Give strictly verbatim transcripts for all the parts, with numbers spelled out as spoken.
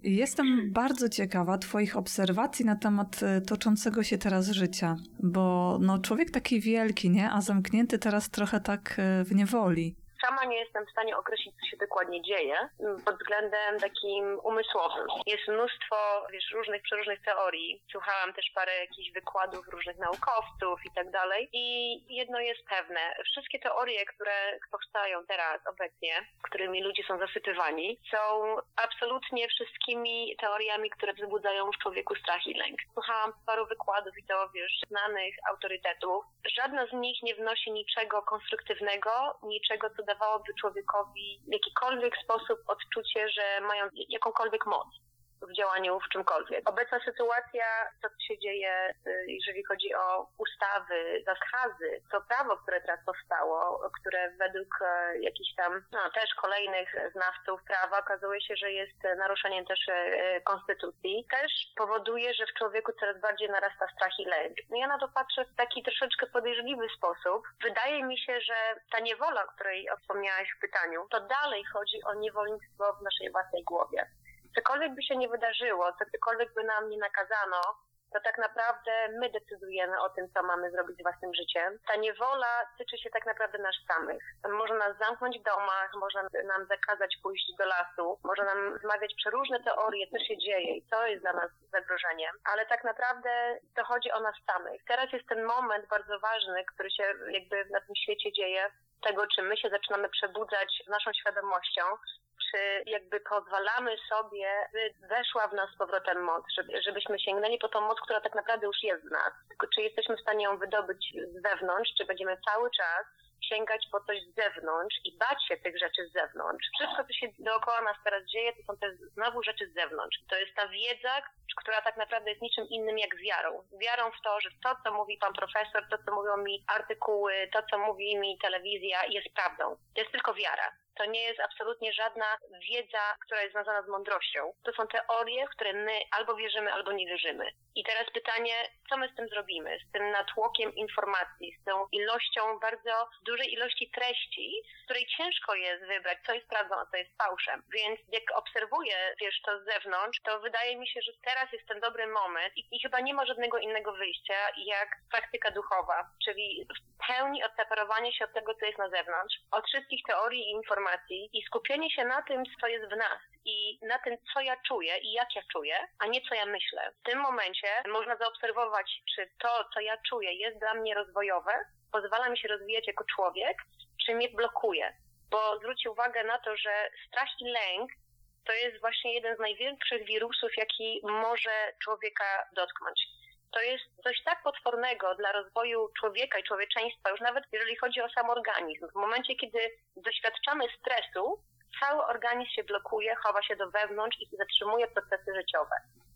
Jestem bardzo ciekawa Twoich obserwacji na temat toczącego się teraz życia, bo no, człowiek taki wielki, nie? A zamknięty teraz trochę tak w niewoli. Sama nie jestem w stanie określić, co się dokładnie dzieje pod względem takim umysłowym. Jest mnóstwo, wiesz, różnych, przeróżnych teorii. Słuchałam też parę jakichś wykładów różnych naukowców i tak dalej. I jedno jest pewne. Wszystkie teorie, które powstają teraz obecnie, którymi ludzie są zasypywani, są absolutnie wszystkimi teoriami, które wzbudzają w człowieku strach i lęk. Słuchałam paru wykładów i to, wiesz, znanych autorytetów. Żadna z nich nie wnosi niczego konstruktywnego, niczego, co dawałoby człowiekowi w jakikolwiek sposób odczucie, że mają jakąkolwiek moc w działaniu w czymkolwiek. Obecna sytuacja, to co się dzieje, jeżeli chodzi o ustawy, zakazy, to prawo, które teraz powstało, które według jakichś tam no, też kolejnych znawców prawa okazuje się, że jest naruszeniem też konstytucji, też powoduje, że w człowieku coraz bardziej narasta strach i lęk. No ja na to patrzę w taki troszeczkę podejrzliwy sposób. Wydaje mi się, że ta niewola, o której wspomniałaś w pytaniu, to dalej chodzi o niewolnictwo w naszej własnej głowie. Cokolwiek by się nie wydarzyło, cokolwiek by nam nie nakazano, to tak naprawdę my decydujemy o tym, co mamy zrobić z własnym życiem. Ta niewola tyczy się tak naprawdę nas samych. Można nas zamknąć w domach, można nam zakazać pójść do lasu, można nam wmawiać przeróżne teorie, co się dzieje i co jest dla nas zagrożeniem, ale tak naprawdę to chodzi o nas samych. Teraz jest ten moment bardzo ważny, który się jakby na tym świecie dzieje, tego, czy my się zaczynamy przebudzać naszą świadomością, czy jakby pozwalamy sobie, by weszła w nas z powrotem moc, żeby, żebyśmy sięgnęli po tą moc, która tak naprawdę już jest w nas. Tylko czy jesteśmy w stanie ją wydobyć z wewnątrz, czy będziemy cały czas sięgać po coś z zewnątrz i bać się tych rzeczy z zewnątrz. Wszystko, co się dookoła nas teraz dzieje, to są te znowu rzeczy z zewnątrz. To jest ta wiedza, która tak naprawdę jest niczym innym jak wiarą. Wiarą w to, że to, co mówi pan profesor, to, co mówią mi artykuły, to, co mówi mi telewizja, jest prawdą. To jest tylko wiara. To nie jest absolutnie żadna wiedza, która jest związana z mądrością. To są teorie, w które my albo wierzymy, albo nie wierzymy. I teraz pytanie, co my z tym zrobimy? Z tym natłokiem informacji, z tą ilością, bardzo dużej ilości treści, z której ciężko jest wybrać, co jest prawdą, a co jest fałszem. Więc jak obserwuję, wiesz, to z zewnątrz, to wydaje mi się, że teraz jest ten dobry moment i, i chyba nie ma żadnego innego wyjścia, jak praktyka duchowa, czyli w pełni odseparowanie się od tego, co jest na zewnątrz, od wszystkich teorii i informacji i skupienie się na tym, co jest w nas i na tym, co ja czuję i jak ja czuję, a nie co ja myślę. W tym momencie można zaobserwować, czy to, co ja czuję, jest dla mnie rozwojowe, pozwala mi się rozwijać jako człowiek, czy mnie blokuje. Bo zwróćcie uwagę na to, że strach i lęk to jest właśnie jeden z największych wirusów, jaki może człowieka dotknąć. To jest coś tak potwornego dla rozwoju człowieka i człowieczeństwa, już nawet jeżeli chodzi o sam organizm. W momencie, kiedy doświadczamy stresu, cały organizm się blokuje, chowa się do wewnątrz i zatrzymuje procesy życiowe.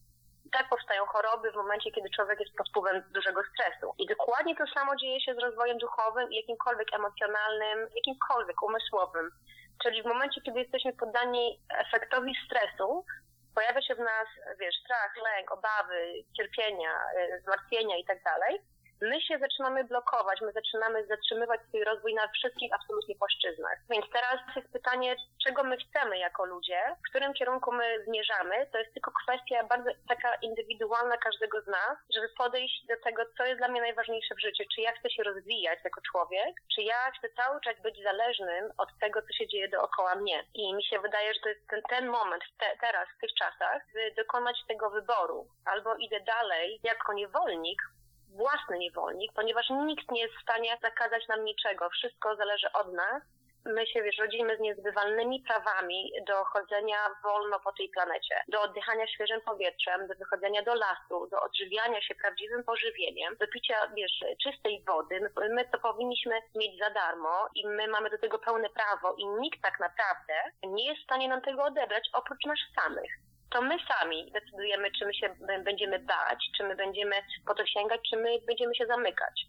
I tak powstają choroby w momencie, kiedy człowiek jest pod wpływem dużego stresu. I dokładnie to samo dzieje się z rozwojem duchowym, jakimkolwiek emocjonalnym, jakimkolwiek umysłowym. Czyli w momencie, kiedy jesteśmy poddani efektowi stresu, pojawia się w nas, wiesz, strach, lęk, obawy, cierpienia, zmartwienia i tak dalej. My się zaczynamy blokować, my zaczynamy zatrzymywać swój rozwój na wszystkich absolutnie płaszczyznach. Więc teraz jest pytanie, czego my chcemy jako ludzie, w którym kierunku my zmierzamy. To jest tylko kwestia bardzo taka indywidualna każdego z nas, żeby podejść do tego, co jest dla mnie najważniejsze w życiu. Czy ja chcę się rozwijać jako człowiek, czy ja chcę cały czas być zależnym od tego, co się dzieje dookoła mnie. I mi się wydaje, że to jest ten, ten moment te, teraz, w tych czasach, by dokonać tego wyboru. Albo idę dalej jako niewolnik, własny niewolnik, ponieważ nikt nie jest w stanie zakazać nam niczego. Wszystko zależy od nas. My się, wiesz, rodzimy z niezbywalnymi prawami do chodzenia wolno po tej planecie, do oddychania świeżym powietrzem, do wychodzenia do lasu, do odżywiania się prawdziwym pożywieniem, do picia, wiesz, czystej wody. My, my to powinniśmy mieć za darmo i my mamy do tego pełne prawo i nikt tak naprawdę nie jest w stanie nam tego odebrać oprócz nas samych. To my sami decydujemy, czy my się będziemy bać, czy my będziemy po to sięgać, czy my będziemy się zamykać.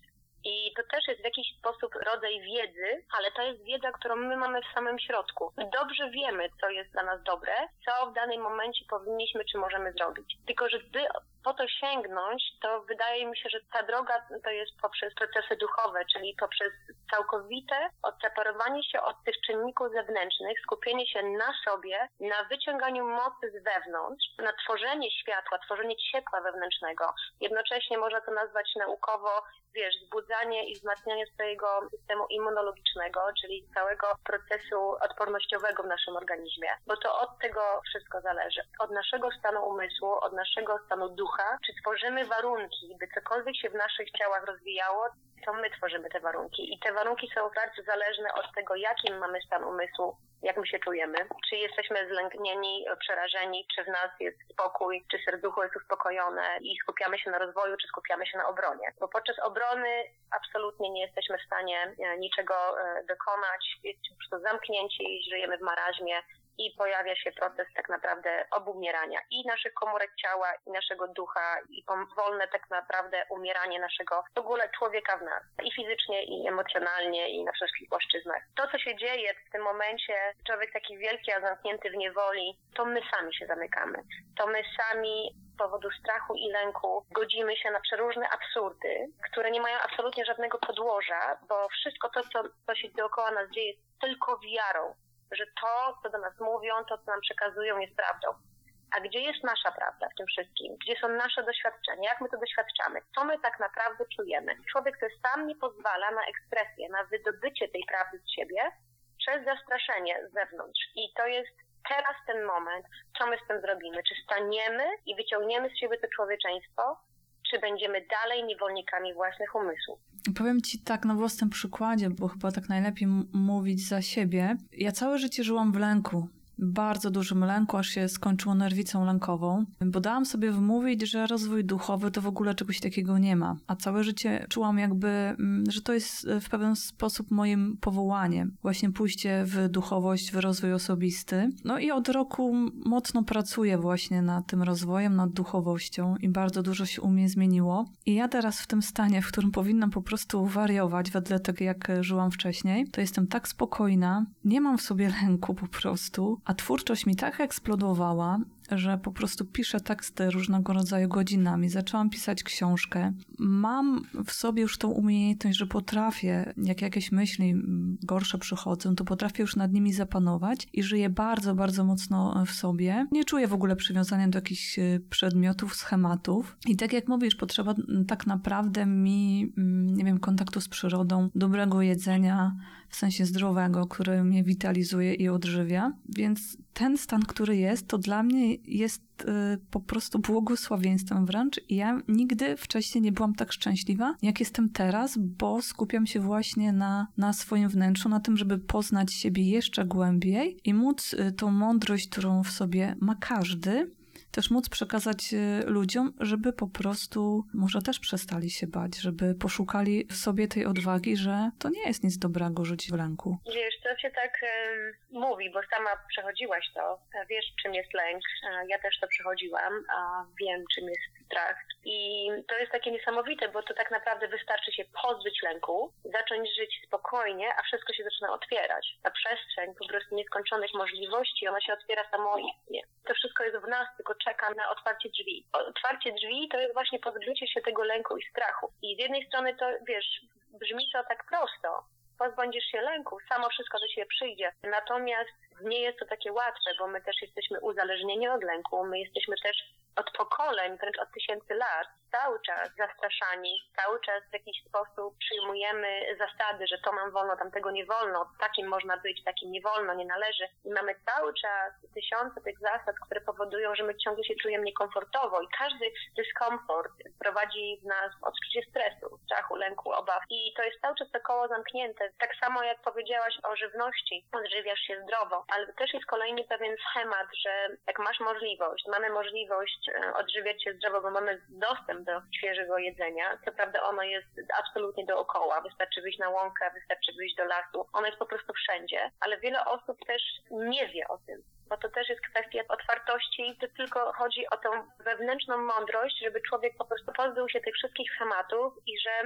I to też jest w jakiś sposób rodzaj wiedzy, ale to jest wiedza, którą my mamy w samym środku. Dobrze wiemy, co jest dla nas dobre, co w danym momencie powinniśmy czy możemy zrobić. Tylko, że by po to sięgnąć, to wydaje mi się, że ta droga to jest poprzez procesy duchowe, czyli poprzez całkowite odseparowanie się od tych czynników zewnętrznych, skupienie się na sobie, na wyciąganiu mocy z wewnątrz, na tworzenie światła, tworzenie ciepła wewnętrznego. Jednocześnie można to nazwać naukowo, wiesz, wzbudzanie i wzmacnianie swojego systemu immunologicznego, czyli całego procesu odpornościowego w naszym organizmie, bo to od tego wszystko zależy. Od naszego stanu umysłu, od naszego stanu ducha, czy tworzymy warunki, by cokolwiek się w naszych ciałach rozwijało, to my tworzymy te warunki. I te warunki są bardzo zależne od tego, jakim mamy stan umysłu, jak my się czujemy, czy jesteśmy zlęknieni, przerażeni, czy w nas jest spokój, czy serducho jest uspokojone i skupiamy się na rozwoju, czy skupiamy się na obronie. Bo podczas obrony absolutnie nie jesteśmy w stanie niczego dokonać, jesteśmy po prostu zamknięci, żyjemy w marazmie i pojawia się proces tak naprawdę obumierania i naszych komórek ciała, i naszego ducha, i powolne tak naprawdę umieranie naszego w ogóle człowieka w nas. I fizycznie, i emocjonalnie, i na wszystkich płaszczyznach. To, co się dzieje w tym momencie, człowiek taki wielki, a zamknięty w niewoli, to my sami się zamykamy. To my sami z powodu strachu i lęku godzimy się na przeróżne absurdy, które nie mają absolutnie żadnego podłoża, bo wszystko to, co, co się dookoła nas dzieje, jest tylko wiarą, że to, co do nas mówią, to, co nam przekazują, jest prawdą. A gdzie jest nasza prawda w tym wszystkim? Gdzie są nasze doświadczenia? Jak my to doświadczamy? Co my tak naprawdę czujemy? Człowiek, który sam nie pozwala na ekspresję, na wydobycie tej prawdy z siebie przez zastraszenie z zewnątrz. I to jest teraz ten moment, co my z tym zrobimy? Czy staniemy i wyciągniemy z siebie to człowieczeństwo, czy będziemy dalej niewolnikami własnych umysłów? Powiem Ci tak na własnym przykładzie, bo chyba tak najlepiej m- mówić za siebie. Ja całe życie żyłam w lęku. Bardzo dużym lęku, aż się skończyło nerwicą lękową, bo dałam sobie wmówić, że rozwój duchowy to w ogóle czegoś takiego nie ma. A całe życie czułam jakby, że to jest w pewien sposób moim powołaniem. Właśnie pójście w duchowość, w rozwój osobisty. No i od roku mocno pracuję właśnie nad tym rozwojem, nad duchowością i bardzo dużo się u mnie zmieniło. I ja teraz w tym stanie, w którym powinnam po prostu wariować wedle tego, jak żyłam wcześniej, to jestem tak spokojna, nie mam w sobie lęku po prostu, a twórczość mi tak eksplodowała, że po prostu piszę teksty różnego rodzaju godzinami. Zaczęłam pisać książkę. Mam w sobie już tą umiejętność, że potrafię, jak jakieś myśli gorsze przychodzą, to potrafię już nad nimi zapanować i żyję bardzo, bardzo mocno w sobie. Nie czuję w ogóle przywiązania do jakichś przedmiotów, schematów. I tak jak mówisz, potrzeba tak naprawdę mi, nie wiem, kontaktu z przyrodą, dobrego jedzenia, w sensie zdrowego, który mnie witalizuje i odżywia. Więc ten stan, który jest, to dla mnie jest y, po prostu błogosławieństwem wręcz. I ja nigdy wcześniej nie byłam tak szczęśliwa, jak jestem teraz, bo skupiam się właśnie na, na swoim wnętrzu, na tym, żeby poznać siebie jeszcze głębiej i móc y, tą mądrość, którą w sobie ma każdy, też móc przekazać ludziom, żeby po prostu może też przestali się bać, żeby poszukali w sobie tej odwagi, że to nie jest nic dobrego żyć w lęku. Wiesz, to się tak y, mówi, bo sama przechodziłaś to, wiesz czym jest lęk, ja też to przechodziłam, a wiem czym jest strach. I to jest takie niesamowite, bo to tak naprawdę wystarczy się pozbyć lęku, zacząć żyć spokojnie, a wszystko się zaczyna otwierać. Ta przestrzeń po prostu nieskończonych możliwości, ona się otwiera samoistnie. To wszystko jest w nas, tylko czeka na otwarcie drzwi. Otwarcie drzwi to jest właśnie pozbycie się tego lęku i strachu. I z jednej strony to, wiesz, brzmi to tak prosto. Pozbędziesz się lęku, samo wszystko do ciebie przyjdzie. Natomiast nie jest to takie łatwe, bo my też jesteśmy uzależnieni od lęku. My jesteśmy też od pokoleń, wręcz od tysięcy lat, cały czas zastraszani, cały czas w jakiś sposób przyjmujemy zasady, że to nam wolno, tamtego nie wolno, takim można być, takim nie wolno, nie należy. I mamy cały czas tysiące tych zasad, które powodują, że my ciągle się czujemy niekomfortowo i każdy dyskomfort prowadzi w nas w odczucie stresu, strachu, lęku, obaw. I to jest cały czas to koło zamknięte. Tak samo jak powiedziałaś o żywności, odżywiasz się zdrowo, ale też jest kolejny pewien schemat, że jak masz możliwość, mamy możliwość odżywiać się zdrowo, bo mamy dostęp do świeżego jedzenia. Co prawda ono jest absolutnie dookoła. Wystarczy wyjść na łąkę, wystarczy wyjść do lasu. Ono jest po prostu wszędzie. Ale wiele osób też nie wie o tym. Bo to też jest kwestia otwartości. To tylko chodzi o tą wewnętrzną mądrość, żeby człowiek po prostu pozbył się tych wszystkich schematów i że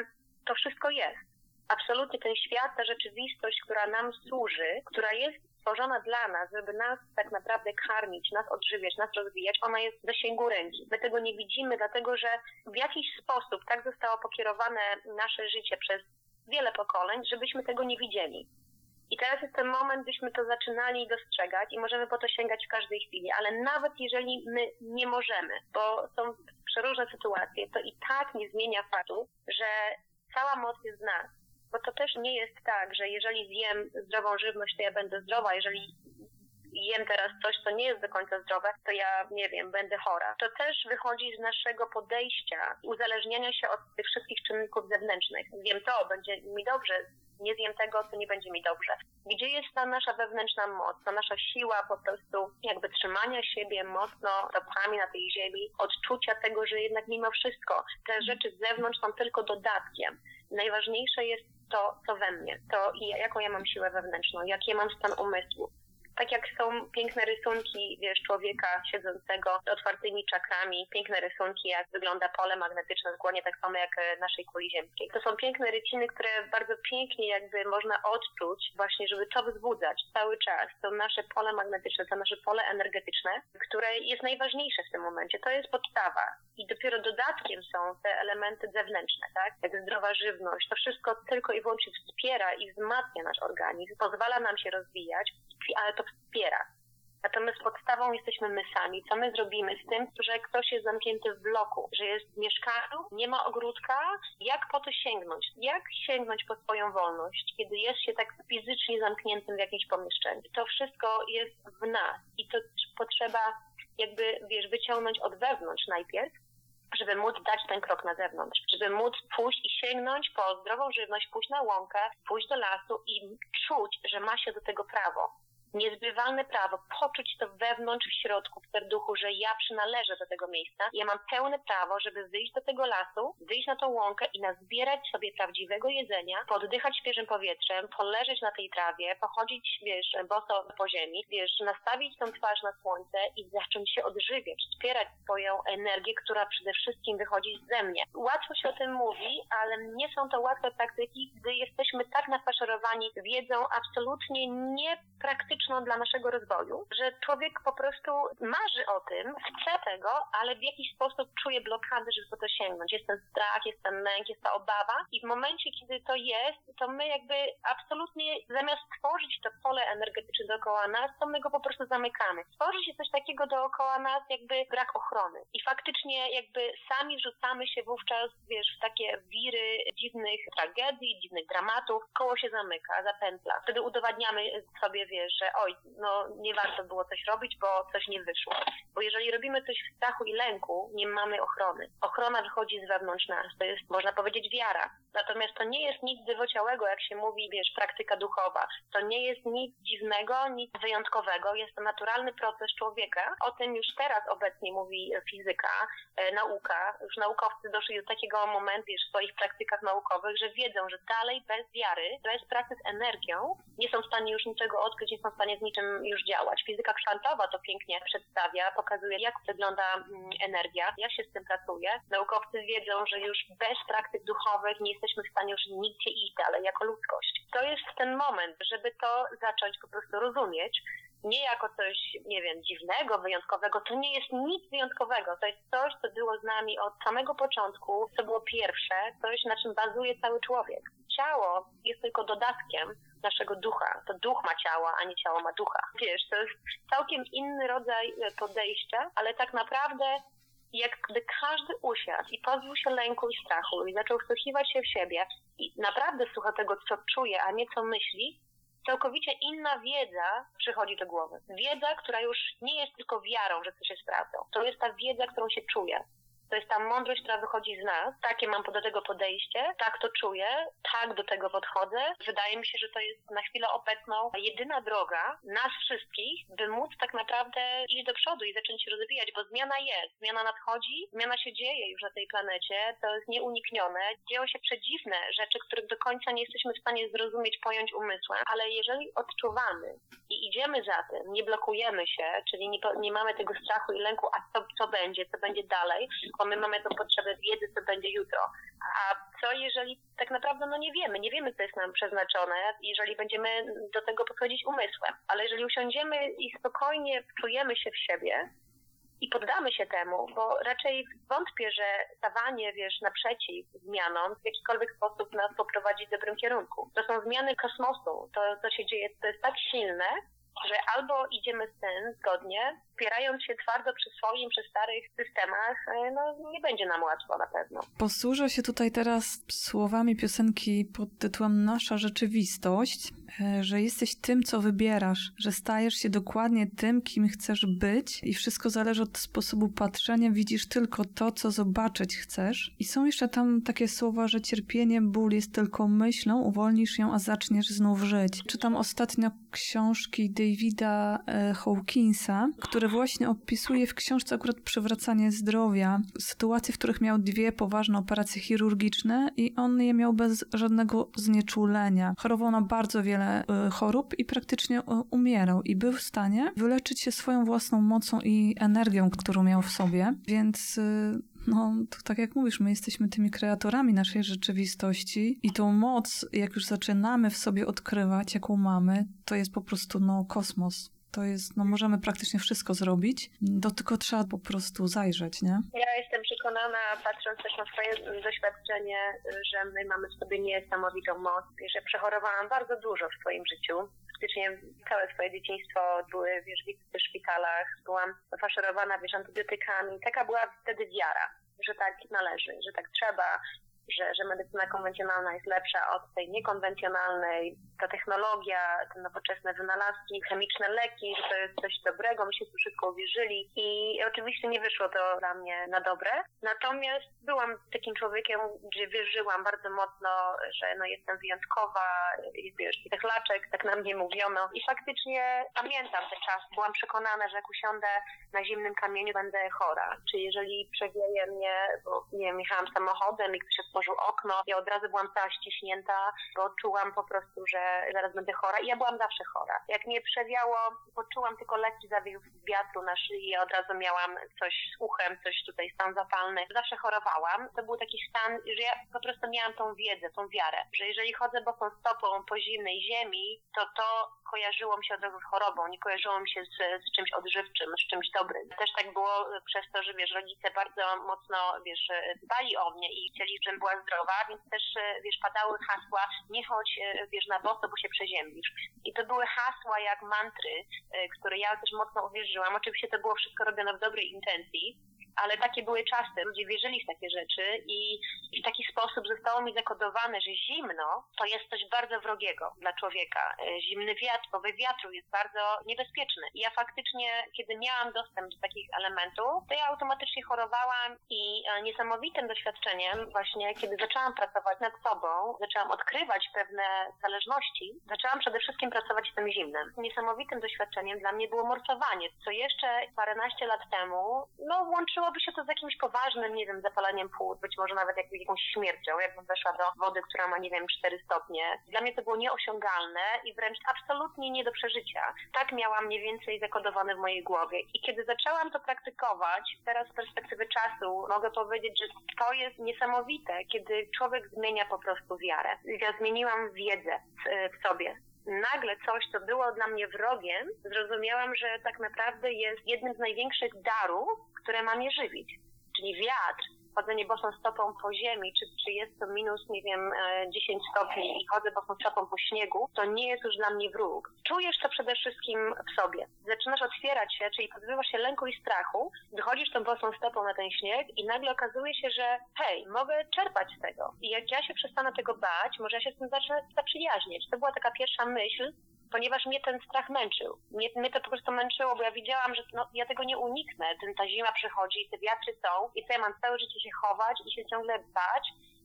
to wszystko jest. Absolutnie ten świat, ta rzeczywistość, która nam służy, która jest stworzona dla nas, żeby nas tak naprawdę karmić, nas odżywiać, nas rozwijać, ona jest w zasięgu ręki. My tego nie widzimy, dlatego że w jakiś sposób tak zostało pokierowane nasze życie przez wiele pokoleń, żebyśmy tego nie widzieli. I teraz jest ten moment, byśmy to zaczynali dostrzegać i możemy po to sięgać w każdej chwili, ale nawet jeżeli my nie możemy, bo są przeróżne sytuacje, to i tak nie zmienia faktu, że cała moc jest w nas. Bo to też nie jest tak, że jeżeli zjem zdrową żywność, to ja będę zdrowa, jeżeli jem teraz coś, co nie jest do końca zdrowe, to ja, nie wiem, będę chora. To też wychodzi z naszego podejścia, uzależniania się od tych wszystkich czynników zewnętrznych. Zjem to, będzie mi dobrze, nie zjem tego, to nie będzie mi dobrze. Gdzie jest ta nasza wewnętrzna moc, ta nasza siła po prostu jakby trzymania siebie mocno stopami na tej ziemi, odczucia tego, że jednak mimo wszystko te rzeczy z zewnątrz są tylko dodatkiem. Najważniejsze jest to, co we mnie, to jaką ja mam siłę wewnętrzną, jaki ja mam stan umysłu. Tak jak są piękne rysunki, wiesz, człowieka siedzącego z otwartymi czakrami, piękne rysunki, jak wygląda pole magnetyczne w głowie, tak samo jak naszej kuli ziemskiej. To są piękne ryciny, które bardzo pięknie jakby można odczuć właśnie, żeby to wzbudzać cały czas. To nasze pole magnetyczne, to nasze pole energetyczne, które jest najważniejsze w tym momencie. To jest podstawa. I dopiero dodatkiem są te elementy zewnętrzne, tak? Jak zdrowa żywność. To wszystko tylko i wyłącznie wspiera i wzmacnia nasz organizm, pozwala nam się rozwijać, ale to wspiera. Natomiast podstawą jesteśmy my sami. Co my zrobimy z tym, że ktoś jest zamknięty w bloku, że jest w mieszkaniu, nie ma ogródka? Jak po to sięgnąć? Jak sięgnąć po swoją wolność, kiedy jest się tak fizycznie zamkniętym w jakimś pomieszczeniu? To wszystko jest w nas i to potrzeba jakby, wiesz, wyciągnąć od wewnątrz najpierw, żeby móc dać ten krok na zewnątrz, żeby móc pójść i sięgnąć po zdrową żywność, pójść na łąkę, pójść do lasu i czuć, że ma się do tego prawo. Niezbywalne prawo, poczuć to wewnątrz, w środku, w serduchu, że ja przynależę do tego miejsca. Ja mam pełne prawo, żeby wyjść do tego lasu, wyjść na tą łąkę i nazbierać sobie prawdziwego jedzenia, poddychać świeżym powietrzem, poleżeć na tej trawie, pochodzić, wiesz, boso po ziemi, wiesz, nastawić tą twarz na słońce i zacząć się odżywiać, wspierać swoją energię, która przede wszystkim wychodzi ze mnie. Łatwo się o tym mówi, ale nie są to łatwe praktyki, gdy jesteśmy tak nafaszerowani wiedzą absolutnie niepraktyczną dla naszego rozwoju, że człowiek po prostu marzy o tym, chce tego, ale w jakiś sposób czuje blokady, żeby po to sięgnąć. Jest ten strach, jest ten lęk, jest ta obawa i w momencie, kiedy to jest, to my jakby absolutnie zamiast tworzyć to pole energetyczne dookoła nas, to my go po prostu zamykamy. Tworzy się coś takiego dookoła nas, jakby brak ochrony. I faktycznie jakby sami wrzucamy się wówczas, wiesz, w takie wiry dziwnych tragedii, dziwnych dramatów, koło się zamyka, zapętla. Wtedy udowadniamy sobie, wiesz, że oj, no nie warto było coś robić, bo coś nie wyszło. Bo jeżeli robimy coś w strachu i lęku, nie mamy ochrony. Ochrona wychodzi z wewnątrz nas. To jest, można powiedzieć, wiara. Natomiast to nie jest nic żywociałego, jak się mówi, wiesz, praktyka duchowa. To nie jest nic dziwnego, nic wyjątkowego. Jest to naturalny proces człowieka. O tym już teraz obecnie mówi fizyka, e, nauka. Już naukowcy doszli do takiego momentu, wiesz, w swoich praktykach naukowych, że wiedzą, że dalej bez wiary, bez pracy z energią nie są w stanie już niczego odkryć, nie są w stanie z niczym już działać. Fizyka kwantowa to pięknie przedstawia, pokazuje, jak wygląda mm, energia, jak się z tym pracuje. Naukowcy wiedzą, że już bez praktyk duchowych nie jesteśmy w stanie już nigdzie iść dalej jako ludzkość. To jest ten moment, żeby to zacząć po prostu rozumieć, nie jako coś, nie wiem, dziwnego, wyjątkowego. To nie jest nic wyjątkowego. To jest coś, co było z nami od samego początku, co było pierwsze, coś, na czym bazuje cały człowiek. Ciało jest tylko dodatkiem naszego ducha. To duch ma ciało, a nie ciało ma ducha. Wiesz, to jest całkiem inny rodzaj podejścia, ale tak naprawdę jak gdy każdy usiadł i pozbył się lęku i strachu i zaczął wsłuchiwać się w siebie i naprawdę słucha tego, co czuje, a nie co myśli, całkowicie inna wiedza przychodzi do głowy. Wiedza, która już nie jest tylko wiarą, że coś jest prawdą. To jest ta wiedza, którą się czuje. To jest ta mądrość, która wychodzi z nas. Takie mam do tego podejście, tak to czuję, tak do tego podchodzę. Wydaje mi się, że to jest na chwilę obecną jedyna droga nas wszystkich, by móc tak naprawdę iść do przodu i zacząć się rozwijać, bo zmiana jest, zmiana nadchodzi, zmiana się dzieje już na tej planecie, to jest nieuniknione. Dzieją się przedziwne rzeczy, których do końca nie jesteśmy w stanie zrozumieć, pojąć umysłem, ale jeżeli odczuwamy i idziemy za tym, nie blokujemy się, czyli nie, nie mamy tego strachu i lęku, a co, co będzie, co będzie dalej, bo my mamy tą potrzebę wiedzy, co będzie jutro. A co jeżeli tak naprawdę no nie wiemy, nie wiemy, co jest nam przeznaczone, jeżeli będziemy do tego podchodzić umysłem. Ale jeżeli usiądziemy i spokojnie wczujemy się w siebie i poddamy się temu, bo raczej wątpię, że stawanie, wiesz, naprzeciw zmianom w jakikolwiek sposób nas poprowadzi w dobrym kierunku. To są zmiany kosmosu, to co się dzieje, to jest tak silne, że albo idziemy z tym zgodnie, wspierając się twardo przy swoim, przy starych systemach, no nie będzie nam łatwo na pewno. Posłużę się tutaj teraz słowami piosenki pod tytułem Nasza rzeczywistość, że jesteś tym, co wybierasz, że stajesz się dokładnie tym, kim chcesz być i wszystko zależy od sposobu patrzenia, widzisz tylko to, co zobaczyć chcesz. I są jeszcze tam takie słowa, że cierpienie, ból jest tylko myślą, uwolnisz ją, a zaczniesz znów żyć. Czytam ostatnio książki Davida Hawkinsa, który właśnie opisuje w książce akurat przywracanie zdrowia, sytuacje, w których miał dwie poważne operacje chirurgiczne i on je miał bez żadnego znieczulenia. Chorował na bardzo wiele y, chorób i praktycznie y, umierał i był w stanie wyleczyć się swoją własną mocą i energią, którą miał w sobie, więc y, no, to tak jak mówisz, my jesteśmy tymi kreatorami naszej rzeczywistości i tą moc, jak już zaczynamy w sobie odkrywać, jaką mamy, to jest po prostu no kosmos. To jest, no możemy praktycznie wszystko zrobić, to tylko trzeba po prostu zajrzeć, nie? Ja jestem przekonana, patrząc też na swoje doświadczenie, że my mamy w sobie niesamowitą moc. Wiesz, ja przechorowałam bardzo dużo w swoim życiu. Faktycznie całe swoje dzieciństwo były, wiesz, w szpitalach, byłam faszerowana, wiesz, antybiotykami. Taka była wtedy wiara, że tak należy, że tak trzeba, że, że medycyna konwencjonalna jest lepsza od tej niekonwencjonalnej, ta technologia, te nowoczesne wynalazki, chemiczne leki, że to jest coś dobrego, my się tu szybko uwierzyli i oczywiście nie wyszło to dla mnie na dobre. Natomiast byłam takim człowiekiem, gdzie wierzyłam bardzo mocno, że no jestem wyjątkowa, wiesz, i tych laczek, tak na mnie mówiono i faktycznie pamiętam ten czas, byłam przekonana, że jak usiądę na zimnym kamieniu, będę chora. Czy jeżeli przewieje mnie, bo nie wiem, jechałam samochodem i ktoś otworzył okno, ja od razu byłam cała ściśnięta, bo czułam po prostu, że zaraz będę chora i ja byłam zawsze chora. Jak mnie przewiało, poczułam tylko lekki zawiech wiatru na szyi, ja od razu miałam coś z uchem, coś tutaj, stan zapalny. Zawsze chorowałam. To był taki stan, że ja po prostu miałam tą wiedzę, tą wiarę, że jeżeli chodzę bosą stopą po zimnej ziemi, to to kojarzyło mi się od razu z chorobą, nie kojarzyło mi się z, z czymś odżywczym, z czymś dobrym. Też tak było przez to, że wiesz, rodzice bardzo mocno, wiesz, dbali o mnie i chcieli, żebym była zdrowa, więc też, wiesz, padały hasła, nie chodź, wiesz, na boso, bo się przeziębisz. I to były hasła jak mantry, które ja też mocno uwierzyłam. Oczywiście to było wszystko robione w dobrej intencji, ale takie były czasy, ludzie wierzyli w takie rzeczy i w taki sposób zostało mi zakodowane, że zimno to jest coś bardzo wrogiego dla człowieka. Zimny wiatr, powyw wiatru jest bardzo niebezpieczny. I ja faktycznie, kiedy miałam dostęp do takich elementów, to ja automatycznie chorowałam i niesamowitym doświadczeniem właśnie, kiedy zaczęłam pracować nad sobą, zaczęłam odkrywać pewne zależności, zaczęłam przede wszystkim pracować z tym zimnem. Niesamowitym doświadczeniem dla mnie było morsowanie, co jeszcze paręnaście lat temu, no włączyło by się to z jakimś poważnym, nie wiem, zapaleniem płuc, być może nawet jak, jakąś śmiercią, jakbym weszła do wody, która ma, nie wiem, cztery stopnie. Dla mnie to było nieosiągalne i wręcz absolutnie nie do przeżycia. Tak miałam mniej więcej zakodowane w mojej głowie. I kiedy zaczęłam to praktykować, teraz z perspektywy czasu mogę powiedzieć, że to jest niesamowite, kiedy człowiek zmienia po prostu wiarę. Ja zmieniłam wiedzę w, w sobie. Nagle coś, co było dla mnie wrogiem, zrozumiałam, że tak naprawdę jest jednym z największych darów, które ma mnie żywić. Czyli wiatr, chodzenie bosą stopą po ziemi, czy, czy jest to minus, nie wiem, dziesięć stopni i chodzę bosą stopą po śniegu, to nie jest już dla mnie wróg. Czujesz to przede wszystkim w sobie. Zaczynasz otwierać się, czyli pozbywasz się lęku i strachu, wychodzisz tą bosą stopą na ten śnieg i nagle okazuje się, że hej, mogę czerpać z tego. I jak ja się przestanę tego bać, może ja się z tym zacznę zaprzyjaźniać. To była taka pierwsza myśl, ponieważ mnie ten strach męczył. Mnie, mnie to po prostu męczyło, bo ja widziałam, że no, ja tego nie uniknę. Ten, ta zima przychodzi, te wiatry są i co ja mam całe życie się chować i się ciągle bać.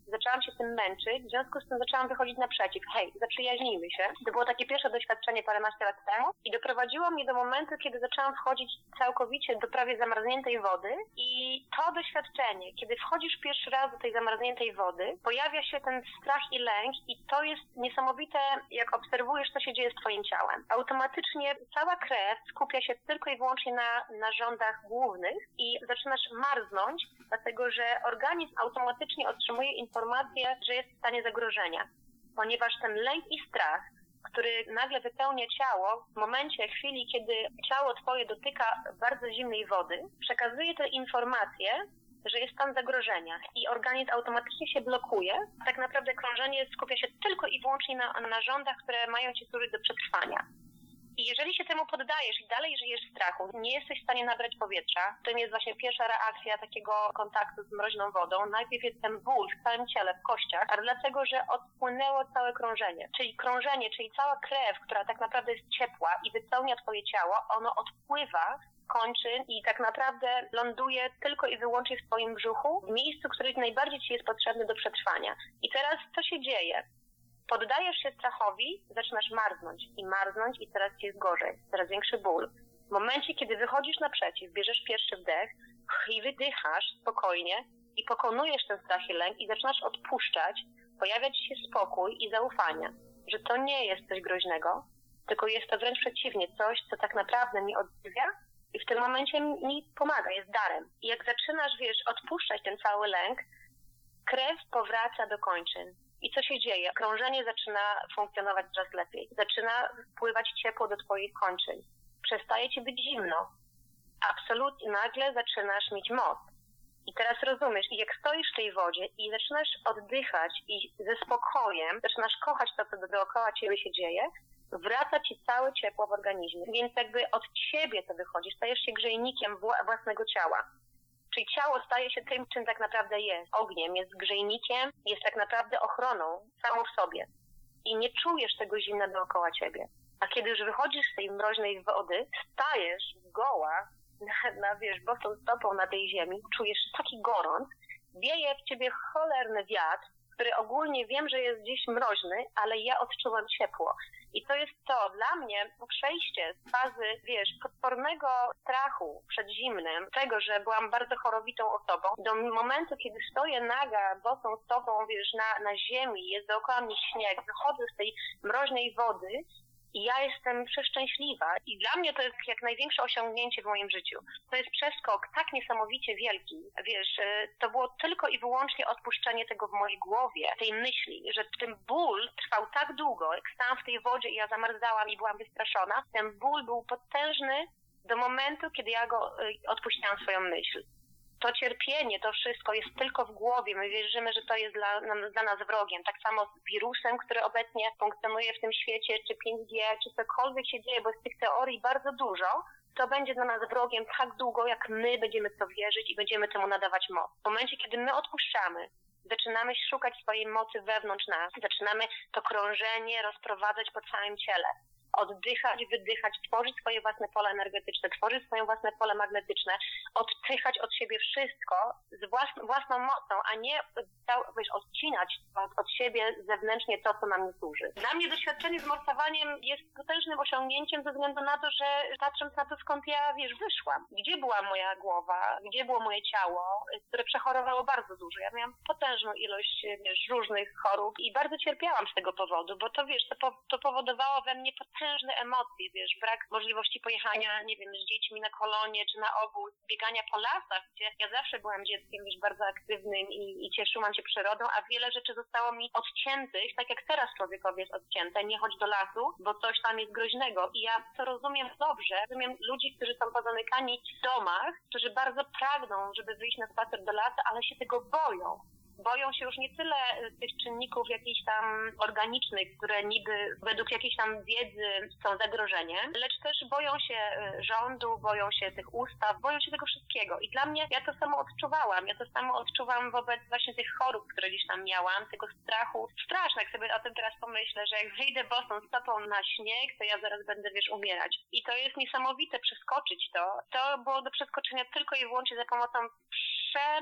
zaczęłam się tym męczyć, w związku z tym zaczęłam wychodzić naprzeciw. Hej, zaprzyjaźnijmy się. To było takie pierwsze doświadczenie paręnaście lat temu i doprowadziło mnie do momentu, kiedy zaczęłam wchodzić całkowicie do prawie zamarzniętej wody i to doświadczenie, kiedy wchodzisz pierwszy raz do tej zamarzniętej wody, pojawia się ten strach i lęk i to jest niesamowite, jak obserwujesz, co się dzieje z twoim ciałem. Automatycznie cała krew skupia się tylko i wyłącznie na narządach głównych i zaczynasz marznąć, dlatego że organizm automatycznie otrzymuje informację, że jest w stanie zagrożenia, ponieważ ten lęk i strach, który nagle wypełnia ciało w momencie, chwili, kiedy ciało twoje dotyka bardzo zimnej wody, przekazuje te informacje, że jest stan zagrożenia i organizm automatycznie się blokuje. Tak naprawdę krążenie skupia się tylko i wyłącznie na narządach, które mają ci służyć do przetrwania. I jeżeli się temu poddajesz i dalej żyjesz w strachu, nie jesteś w stanie nabrać powietrza, to jest właśnie pierwsza reakcja takiego kontaktu z mroźną wodą. Najpierw jest ten ból w całym ciele, w kościach, ale dlatego, że odpłynęło całe krążenie. Czyli krążenie, czyli cała krew, która tak naprawdę jest ciepła i wypełnia twoje ciało, ono odpływa kończyn i tak naprawdę ląduje tylko i wyłącznie w twoim brzuchu, w miejscu, które najbardziej ci jest potrzebne do przetrwania. I teraz co się dzieje? Poddajesz się strachowi, zaczynasz marznąć i marznąć i teraz ci jest gorzej, coraz większy ból. W momencie, kiedy wychodzisz naprzeciw, bierzesz pierwszy wdech i wydychasz spokojnie i pokonujesz ten strach i lęk i zaczynasz odpuszczać, pojawia ci się spokój i zaufanie, że to nie jest coś groźnego, tylko jest to wręcz przeciwnie, coś, co tak naprawdę mnie odżywia i w tym momencie mi pomaga, jest darem. I jak zaczynasz, wiesz, odpuszczać ten cały lęk, krew powraca do kończyn. I co się dzieje? Krążenie zaczyna funkcjonować coraz lepiej. Zaczyna wpływać ciepło do twoich kończyn. Przestaje ci być zimno. Absolutnie nagle zaczynasz mieć moc. I teraz rozumiesz, jak stoisz w tej wodzie i zaczynasz oddychać i ze spokojem zaczynasz kochać to, co dookoła ciebie się dzieje, wraca ci całe ciepło w organizmie. Więc jakby od ciebie to wychodzi. Stajesz się grzejnikiem własnego ciała. Czyli ciało staje się tym, czym tak naprawdę jest. Ogniem, jest grzejnikiem, jest tak naprawdę ochroną samą w sobie. I nie czujesz tego zimna dookoła ciebie. A kiedy już wychodzisz z tej mroźnej wody, stajesz zgoła, na, na wiesz, bosą stopą na tej ziemi, czujesz taki gorąc, wieje w ciebie cholerny wiatr, który ogólnie wiem, że jest gdzieś mroźny, ale ja odczuwam ciepło. I to jest to, dla mnie przejście z fazy, wiesz, potwornego strachu przed zimnem, tego, że byłam bardzo chorowitą osobą, do momentu, kiedy stoję naga, bosą stopą, wiesz, na, na ziemi, jest dookoła mnie śnieg, wychodzę z tej mroźnej wody i ja jestem przeszczęśliwa. I dla mnie to jest jak największe osiągnięcie w moim życiu. To jest przeskok tak niesamowicie wielki. Wiesz, to było tylko i wyłącznie odpuszczenie tego w mojej głowie, tej myśli, że ten ból trwał tak długo, jak stałam w tej wodzie i ja zamarzałam i byłam wystraszona. Ten ból był potężny do momentu, kiedy ja go odpuściłam swoją myśl. To cierpienie, to wszystko jest tylko w głowie. My wierzymy, że to jest dla, dla nas wrogiem. Tak samo z wirusem, który obecnie funkcjonuje w tym świecie, czy pięć G, czy cokolwiek się dzieje, bo jest tych teorii bardzo dużo, to będzie dla nas wrogiem tak długo, jak my będziemy w to wierzyć i będziemy temu nadawać moc. W momencie, kiedy my odpuszczamy, zaczynamy szukać swojej mocy wewnątrz nas, zaczynamy to krążenie rozprowadzać po całym ciele. Oddychać, wydychać, tworzyć swoje własne pole energetyczne, tworzyć swoje własne pole magnetyczne, odpychać od siebie wszystko z własną, własną mocą, a nie wiesz, odcinać od, od siebie zewnętrznie to, co nam nie służy. Dla mnie doświadczenie z morsowaniem jest potężnym osiągnięciem ze względu na to, że patrząc na to, skąd ja, wiesz, wyszłam. Gdzie była moja głowa, gdzie było moje ciało, które przechorowało bardzo dużo. Ja miałam potężną ilość, wiesz, różnych chorób i bardzo cierpiałam z tego powodu, bo to, wiesz, to, po, to powodowało we mnie potężne emocje, wiesz, brak możliwości pojechania, nie wiem, z dziećmi na kolonie czy na obóz, biegania po lasach, gdzie ja zawsze byłam dzieckiem, wiesz, bardzo aktywnym i, i cieszyłam się przyrodą, a wiele rzeczy zostało mi odciętych, tak jak teraz człowiekowi jest odcięte, nie chodź do lasu, bo coś tam jest groźnego. I ja to rozumiem dobrze, rozumiem ludzi, którzy są pozamykani w domach, którzy bardzo pragną, żeby wyjść na spacer do lasu, ale się tego boją. Boją się już nie tyle tych czynników jakichś tam organicznych, które niby według jakiejś tam wiedzy są zagrożeniem, lecz też boją się rządu, boją się tych ustaw, boją się tego wszystkiego. I dla mnie, ja to samo odczuwałam. Ja to samo odczuwam wobec właśnie tych chorób, które gdzieś tam miałam, tego strachu. Straszne, jak sobie o tym teraz pomyślę, że jak wyjdę bosą stopą na śnieg, to ja zaraz będę, wiesz, umierać. I to jest niesamowite przeskoczyć to. To było do przeskoczenia tylko i wyłącznie za pomocą prze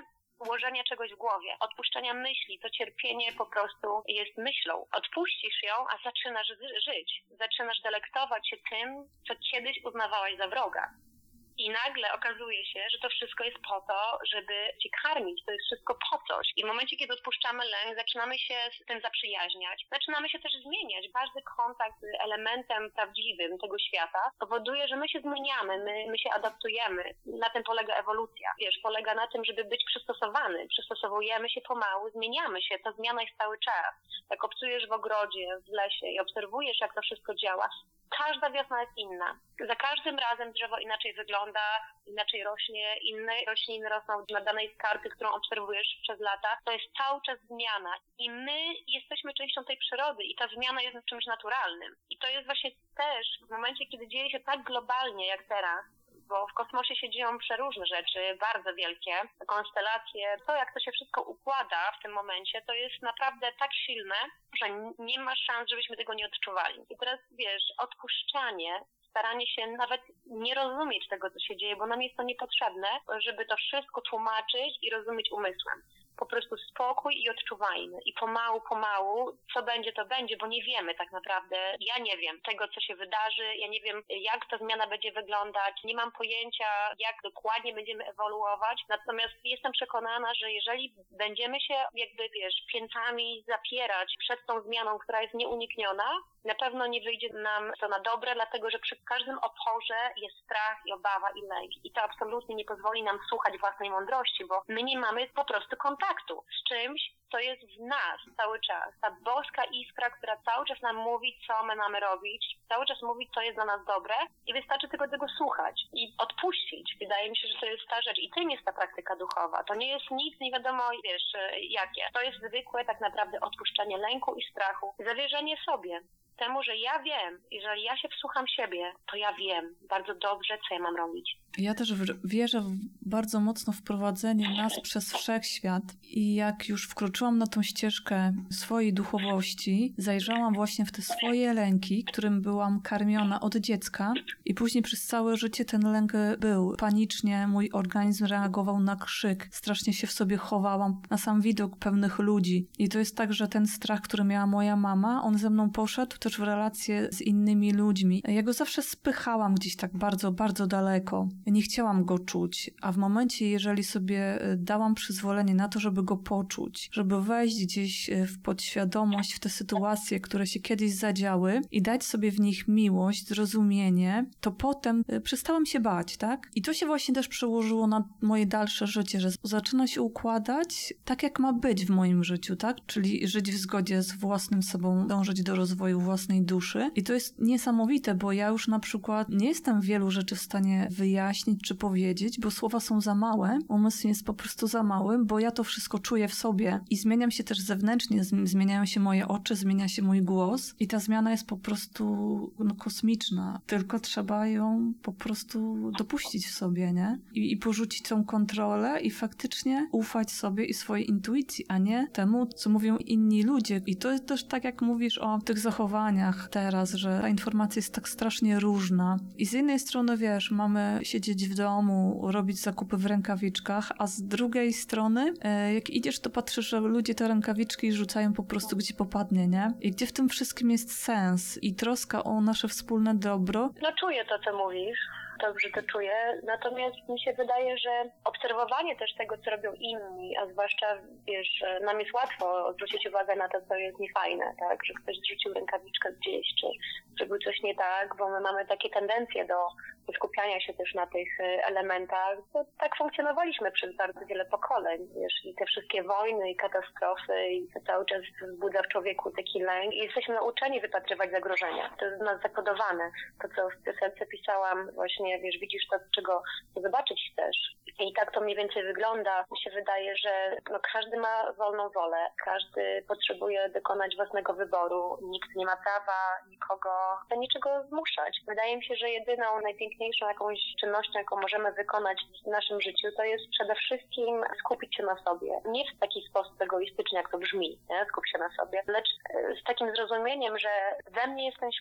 ułożenia czegoś w głowie, odpuszczenia myśli. To cierpienie po prostu jest myślą. Odpuścisz ją, a zaczynasz żyć. Zaczynasz delektować się tym, co kiedyś uznawałaś za wroga. I nagle okazuje się, że to wszystko jest po to, żeby cię karmić. To jest wszystko po coś. I w momencie, kiedy odpuszczamy lęk, zaczynamy się z tym zaprzyjaźniać. Zaczynamy się też zmieniać. Każdy kontakt z elementem prawdziwym tego świata powoduje, że my się zmieniamy, my, my się adaptujemy. Na tym polega ewolucja. Wiesz, polega na tym, żeby być przystosowany. Przystosowujemy się pomału, zmieniamy się. Ta zmiana jest cały czas. Jak obcujesz w ogrodzie, w lesie i obserwujesz, jak to wszystko działa, każda wiosna jest inna. Za każdym razem drzewo inaczej wygląda, inaczej rośnie, inne rośliny rosną na danej skarpie, którą obserwujesz przez lata. To jest cały czas zmiana. I my jesteśmy częścią tej przyrody i ta zmiana jest czymś naturalnym. I to jest właśnie też w momencie, kiedy dzieje się tak globalnie jak teraz, bo w kosmosie się dzieją przeróżne rzeczy, bardzo wielkie, konstelacje. To, jak to się wszystko układa w tym momencie, to jest naprawdę tak silne, że nie ma szans, żebyśmy tego nie odczuwali. I teraz, wiesz, odpuszczanie, staranie się nawet nie rozumieć tego, co się dzieje, bo nam jest to niepotrzebne, żeby to wszystko tłumaczyć i rozumieć umysłem. Po prostu spokój i odczuwajmy. I pomału, pomału, co będzie, to będzie, bo nie wiemy tak naprawdę. Ja nie wiem tego, co się wydarzy. Ja nie wiem, jak ta zmiana będzie wyglądać. Nie mam pojęcia, jak dokładnie będziemy ewoluować. Natomiast jestem przekonana, że jeżeli będziemy się jakby, wiesz, piętami zapierać przed tą zmianą, która jest nieunikniona, na pewno nie wyjdzie nam to na dobre, dlatego że przy każdym oporze jest strach i obawa i lęk. I to absolutnie nie pozwoli nam słuchać własnej mądrości, bo my nie mamy po prostu kontaktu z czymś, co jest w nas cały czas. Ta boska iskra, która cały czas nam mówi, co my mamy robić, cały czas mówi, co jest dla nas dobre i wystarczy tylko tego słuchać i odpuścić. Wydaje mi się, że to jest ta rzecz i tym jest ta praktyka duchowa. To nie jest nic, nie wiadomo, wiesz, jakie. To jest zwykłe tak naprawdę odpuszczenie lęku i strachu, zawierzenie sobie temu, że ja wiem, jeżeli ja się wsłucham siebie, to ja wiem bardzo dobrze, co ja mam robić. Ja też wierzę w bardzo mocno w prowadzenie nas przez wszechświat i jak już wkroczyłam na tą ścieżkę swojej duchowości, zajrzałam właśnie w te swoje lęki, którym byłam karmiona od dziecka i później przez całe życie ten lęk był. Panicznie mój organizm reagował na krzyk, strasznie się w sobie chowałam na sam widok pewnych ludzi i to jest tak, że ten strach, który miała moja mama, on ze mną poszedł też w relacje z innymi ludźmi. Ja go zawsze spychałam gdzieś tak bardzo, bardzo daleko. Nie chciałam go czuć, a w momencie, jeżeli sobie dałam przyzwolenie na to, żeby go poczuć, żeby wejść gdzieś w podświadomość, w te sytuacje, które się kiedyś zadziały i dać sobie w nich miłość, zrozumienie, to potem przestałam się bać, tak? I to się właśnie też przełożyło na moje dalsze życie, że zaczyna się układać tak, jak ma być w moim życiu, tak? Czyli żyć w zgodzie z własnym sobą, dążyć do rozwoju własnej duszy. I to jest niesamowite, bo ja już na przykład nie jestem wielu rzeczy w stanie wyjaśnić czy powiedzieć, bo słowa są za małe, umysł jest po prostu za mały, bo ja to wszystko czuję w sobie i zmieniam się też zewnętrznie, zmieniają się moje oczy, zmienia się mój głos i ta zmiana jest po prostu no, kosmiczna, tylko trzeba ją po prostu dopuścić w sobie, nie? I, i porzucić tą kontrolę i faktycznie ufać sobie i swojej intuicji, a nie temu, co mówią inni ludzie. I to jest też tak, jak mówisz o tych zachowaniach teraz, że ta informacja jest tak strasznie różna. I z jednej strony, wiesz, mamy siedzieć w domu, robić zakupy w rękawiczkach, a z drugiej strony, jak idziesz, to patrzysz, że ludzie te rękawiczki rzucają po prostu gdzie popadnie, nie? I gdzie w tym wszystkim jest sens i troska o nasze wspólne dobro. No czuję to, co mówisz. Dobrze to czuję, natomiast mi się wydaje, że obserwowanie też tego, co robią inni, a zwłaszcza, wiesz, nam jest łatwo zwrócić uwagę na to, co jest niefajne, tak, że ktoś zrzucił rękawiczkę gdzieś, czy zrobił coś nie tak, bo my mamy takie tendencje do skupiania się też na tych elementach, bo tak funkcjonowaliśmy przez bardzo wiele pokoleń, wiesz, i te wszystkie wojny i katastrofy i to cały czas wzbudza w człowieku taki lęk i jesteśmy nauczeni wypatrywać zagrożenia. To jest w nas zakodowane. To, co w piosence pisałam, właśnie, wiesz, widzisz to, czego zobaczyć chcesz. I tak to mniej więcej wygląda. Mi się wydaje, że no, każdy ma wolną wolę, każdy potrzebuje dokonać własnego wyboru, nikt nie ma prawa nikogo do niczego zmuszać. Wydaje mi się, że jedyną, najpiękniejszą jakąś czynnością, jaką możemy wykonać w naszym życiu, to jest przede wszystkim skupić się na sobie. Nie w taki sposób egoistyczny, jak to brzmi, nie? Skup się na sobie, lecz z takim zrozumieniem, że we mnie jest ten świat.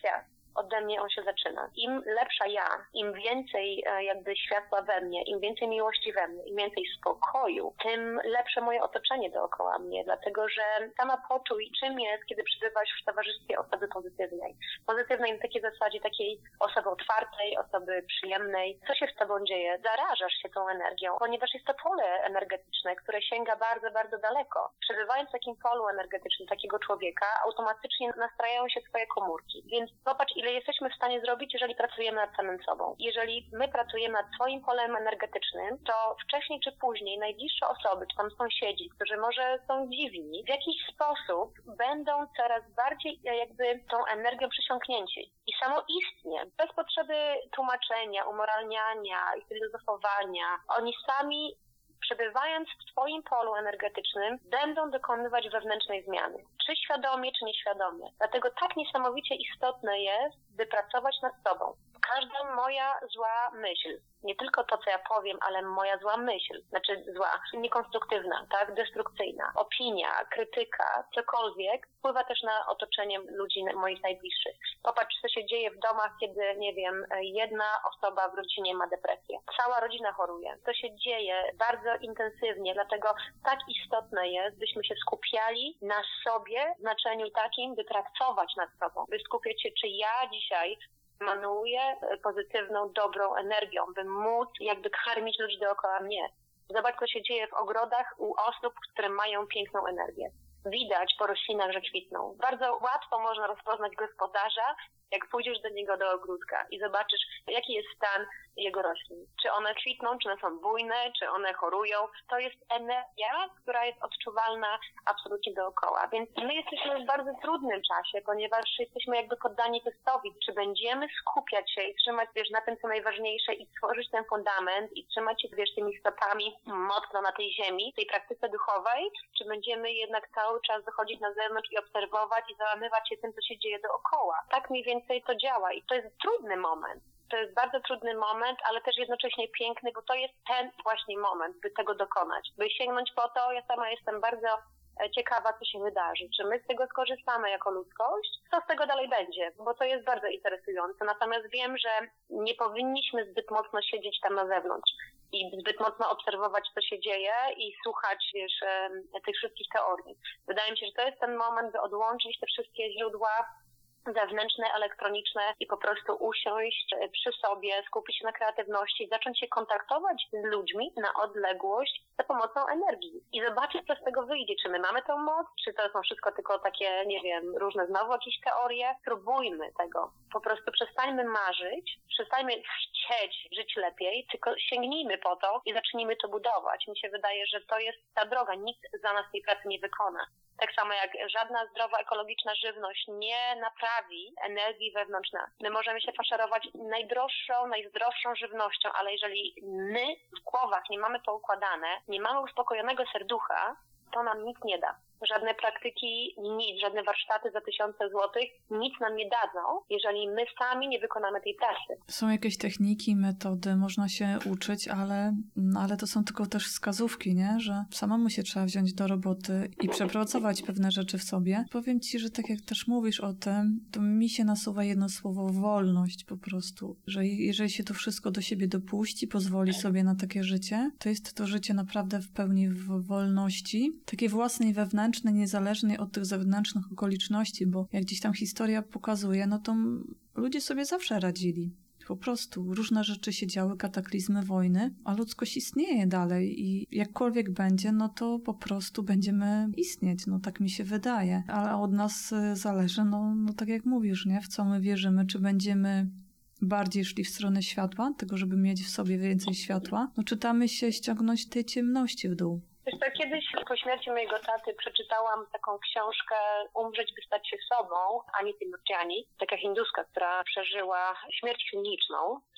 ode mnie on się zaczyna. Im lepsza ja, im więcej jakby światła we mnie, im więcej miłości we mnie, im więcej spokoju, tym lepsze moje otoczenie dookoła mnie, dlatego że sama poczuj, czym jest, kiedy przebywasz w towarzystwie osoby pozytywnej. Pozytywnej na takiej zasadzie, takiej osoby otwartej, osoby przyjemnej. Co się z tobą dzieje? Zarażasz się tą energią, ponieważ jest to pole energetyczne, które sięga bardzo, bardzo daleko. Przebywając w takim polu energetycznym takiego człowieka, automatycznie nastrajają się twoje komórki. Więc zobacz, ile jesteśmy w stanie zrobić, jeżeli pracujemy nad samym sobą. Jeżeli my pracujemy nad swoim polem energetycznym, to wcześniej czy później najbliższe osoby, czy tam sąsiedzi, którzy może są dziwni, w jakiś sposób będą coraz bardziej jakby tą energią przysiągnięci. I samoistnie, bez potrzeby tłumaczenia, umoralniania i filozofowania, oni sami, przebywając w twoim polu energetycznym, będą dokonywać wewnętrznej zmiany. Czy świadomie, czy nieświadomie. Dlatego tak niesamowicie istotne jest, by pracować nad sobą. Każda moja zła myśl, nie tylko to, co ja powiem, ale moja zła myśl, znaczy zła, niekonstruktywna, tak, destrukcyjna, opinia, krytyka, cokolwiek, wpływa też na otoczenie ludzi moich najbliższych. Popatrz, co się dzieje w domach, kiedy, nie wiem, jedna osoba w rodzinie ma depresję. Cała rodzina choruje. To się dzieje bardzo intensywnie, dlatego tak istotne jest, byśmy się skupiali na sobie w znaczeniu takim, by pracować nad sobą, by skupiać się, czy ja dzisiaj emanuję pozytywną, dobrą energią, by móc jakby karmić ludzi dookoła mnie. Zobacz, co się dzieje w ogrodach u osób, które mają piękną energię. Widać po roślinach, że kwitną. Bardzo łatwo można rozpoznać gospodarza, jak pójdziesz do niego do ogródka i zobaczysz, jaki jest stan jego roślin. Czy one kwitną, czy one są bujne, czy one chorują. To jest energia, która jest odczuwalna absolutnie dookoła. Więc my jesteśmy w bardzo trudnym czasie, ponieważ jesteśmy jakby poddani testowi, czy będziemy skupiać się i trzymać, wiesz, na tym, co najważniejsze i stworzyć ten fundament i trzymać się, wiesz, tymi stopami mocno na tej ziemi, tej praktyce duchowej, czy będziemy jednak cały czas wychodzić na zewnątrz i obserwować i załamywać się tym, co się dzieje dookoła. Tak mniej więcej to działa i to jest trudny moment. To jest bardzo trudny moment, ale też jednocześnie piękny, bo to jest ten właśnie moment, by tego dokonać. By sięgnąć po to, ja sama jestem bardzo ciekawa, co się wydarzy. Czy my z tego skorzystamy jako ludzkość? Co z tego dalej będzie? Bo to jest bardzo interesujące. Natomiast wiem, że nie powinniśmy zbyt mocno siedzieć tam na zewnątrz i zbyt mocno obserwować, co się dzieje i słuchać, wiesz, tych wszystkich teorii. Wydaje mi się, że to jest ten moment, by odłączyć te wszystkie źródła zewnętrzne, elektroniczne i po prostu usiąść przy sobie, skupić się na kreatywności, zacząć się kontaktować z ludźmi na odległość za pomocą energii i zobaczyć, co z tego wyjdzie. Czy my mamy tą moc, czy to są wszystko tylko takie, nie wiem, różne znowu jakieś teorie. Spróbujmy tego. Po prostu przestańmy marzyć, przestańmy chcieć żyć lepiej, tylko sięgnijmy po to i zacznijmy to budować. Mi się wydaje, że to jest ta droga. Nikt za nas tej pracy nie wykona. Tak samo jak żadna zdrowa, ekologiczna żywność nie naprawi energii wewnątrz nas. My możemy się faszerować najdroższą, najzdrowszą żywnością, ale jeżeli my w głowach nie mamy poukładane, nie mamy uspokojonego serducha, to nam nic nie da. Żadne praktyki, nic, żadne warsztaty za tysiące złotych nic nam nie dadzą, jeżeli my sami nie wykonamy tej pracy. Są jakieś techniki, metody, można się uczyć, ale, ale to są tylko też wskazówki, nie? Że samemu się trzeba wziąć do roboty i przepracować pewne rzeczy w sobie. Powiem ci, że tak jak też mówisz o tym, to mi się nasuwa jedno słowo: wolność po prostu. Że jeżeli się to wszystko do siebie dopuści, pozwoli sobie na takie życie, to jest to życie naprawdę w pełni w wolności, takiej własnej, wewnętrznej, niezależnej od tych zewnętrznych okoliczności, bo jak gdzieś tam historia pokazuje, no to ludzie sobie zawsze radzili. Po prostu różne rzeczy się działy, kataklizmy, wojny, a ludzkość istnieje dalej i jakkolwiek będzie, no to po prostu będziemy istnieć, no tak mi się wydaje. Ale od nas zależy, no, no tak jak mówisz, nie? W co my wierzymy, czy będziemy bardziej szli w stronę światła, tego, żeby mieć w sobie więcej światła, no czy damy się ściągnąć tej ciemności w dół. Wiesz co, kiedyś po śmierci mojego taty przeczytałam taką książkę Umrzeć, by stać się sobą, Anity Murjani, taka hinduska, która przeżyła śmierć kliniczną,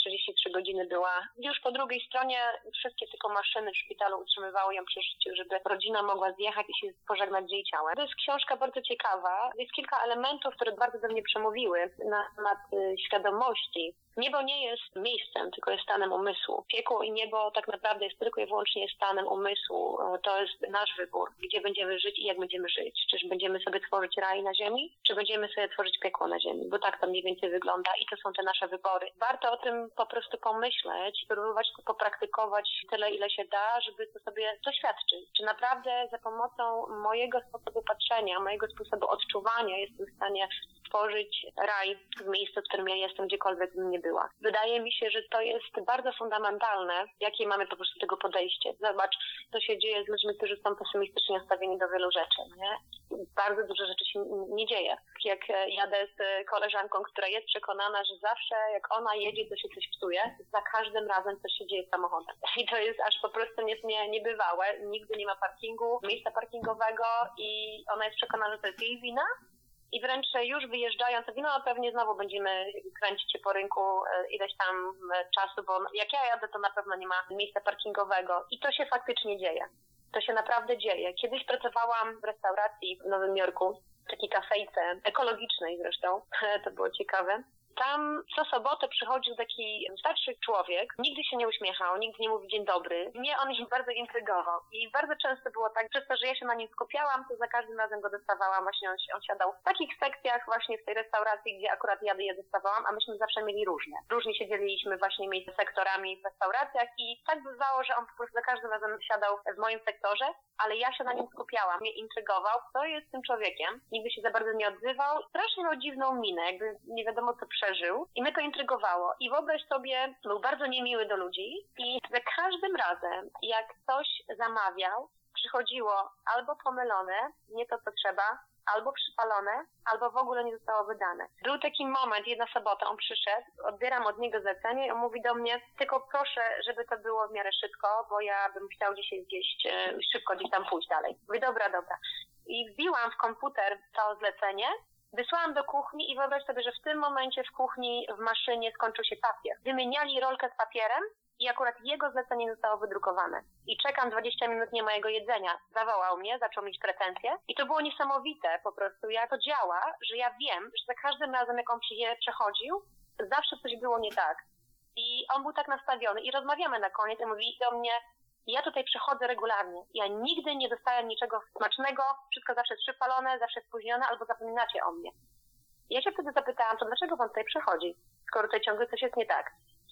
czterdzieści trzy godziny była już po drugiej stronie. Wszystkie tylko maszyny w szpitalu utrzymywały ją przy życiu, żeby rodzina mogła zjechać i się pożegnać z jej ciałem. To jest książka bardzo ciekawa. Jest kilka elementów, które bardzo do mnie przemówiły na temat y, świadomości. Niebo nie jest miejscem, tylko jest stanem umysłu. Piekło i niebo tak naprawdę jest tylko i wyłącznie stanem umysłu. To jest nasz wybór, gdzie będziemy żyć i jak będziemy żyć. Czyż będziemy sobie tworzyć raj na ziemi, czy będziemy sobie tworzyć piekło na ziemi, bo tak to mniej więcej wygląda i to są te nasze wybory. Warto o tym po prostu pomyśleć, spróbować to popraktykować tyle, ile się da, żeby to sobie doświadczyć. Czy naprawdę za pomocą mojego sposobu patrzenia, mojego sposobu odczuwania jestem w stanie tworzyć raj w miejscu, w którym ja jestem, gdziekolwiek bym nie była. Wydaje mi się, że to jest bardzo fundamentalne, jakie mamy po prostu tego podejście. Zobacz, co się dzieje z ludźmi, którzy są pesymistycznie nastawieni do wielu rzeczy, nie? Bardzo dużo rzeczy się nie dzieje. Jak jadę z koleżanką, która jest przekonana, że zawsze jak ona jedzie, to się coś psuje, za każdym razem coś się dzieje z samochodem. I to jest aż po prostu nie, niebywałe. Nigdy nie ma parkingu, miejsca parkingowego i ona jest przekonana, że to jest jej wina. I wręcz już wyjeżdżając, no pewnie znowu będziemy kręcić się po rynku ileś tam czasu, bo jak ja jadę, to na pewno nie ma miejsca parkingowego. I to się faktycznie dzieje. To się naprawdę dzieje. Kiedyś pracowałam w restauracji w Nowym Jorku, takiej kafejce, ekologicznej zresztą, to było ciekawe. Tam co sobotę przychodził taki starszy człowiek, nigdy się nie uśmiechał, nigdy nie mówił dzień dobry. Mnie on ich bardzo intrygował i bardzo często było tak, przez to, że ja się na nim skupiałam, to za każdym razem go dostawałam, właśnie on, on siadał w takich sekcjach właśnie w tej restauracji, gdzie akurat ja je dostawałam, a myśmy zawsze mieli różne. Różnie się dzieliliśmy właśnie między sektorami w restauracjach i tak bywało, że on po prostu za każdym razem siadał w moim sektorze, ale ja się na nim skupiałam, mnie intrygował, kto jest tym człowiekiem, nigdy się za bardzo nie odzywał, strasznie miał dziwną minę, jakby nie wiadomo co przeżył i mnie to intrygowało. I wyobraź sobie, był bardzo niemiły do ludzi i za każdym razem, jak ktoś zamawiał, przychodziło albo pomylone, nie to co trzeba, albo przypalone, albo w ogóle nie zostało wydane. Był taki moment, jedna sobota, on przyszedł, odbieram od niego zlecenie i on mówi do mnie, tylko proszę, żeby to było w miarę szybko, bo ja bym chciał dzisiaj gdzieś e, szybko gdzieś tam pójść dalej. Mówię, dobra, dobra. I wbiłam w komputer to zlecenie, wysłałam do kuchni i wyobraź sobie, że w tym momencie w kuchni, w maszynie skończył się papier. Wymieniali rolkę z papierem i akurat jego zlecenie zostało wydrukowane. I czekam dwadzieścia minut nie mojego jedzenia. Zawołał mnie, zaczął mieć pretensje i to było niesamowite po prostu, jak to działa, że ja wiem, że za każdym razem jak on je przechodził, zawsze coś było nie tak. I on był tak nastawiony i rozmawiamy na koniec i mówi do mnie, ja tutaj przychodzę regularnie. Ja nigdy nie dostałem niczego smacznego, wszystko zawsze jest przypalone, zawsze spóźnione albo zapominacie o mnie. Ja się wtedy zapytałam, to dlaczego pan tutaj przychodzi, skoro tutaj ciągle coś jest nie tak?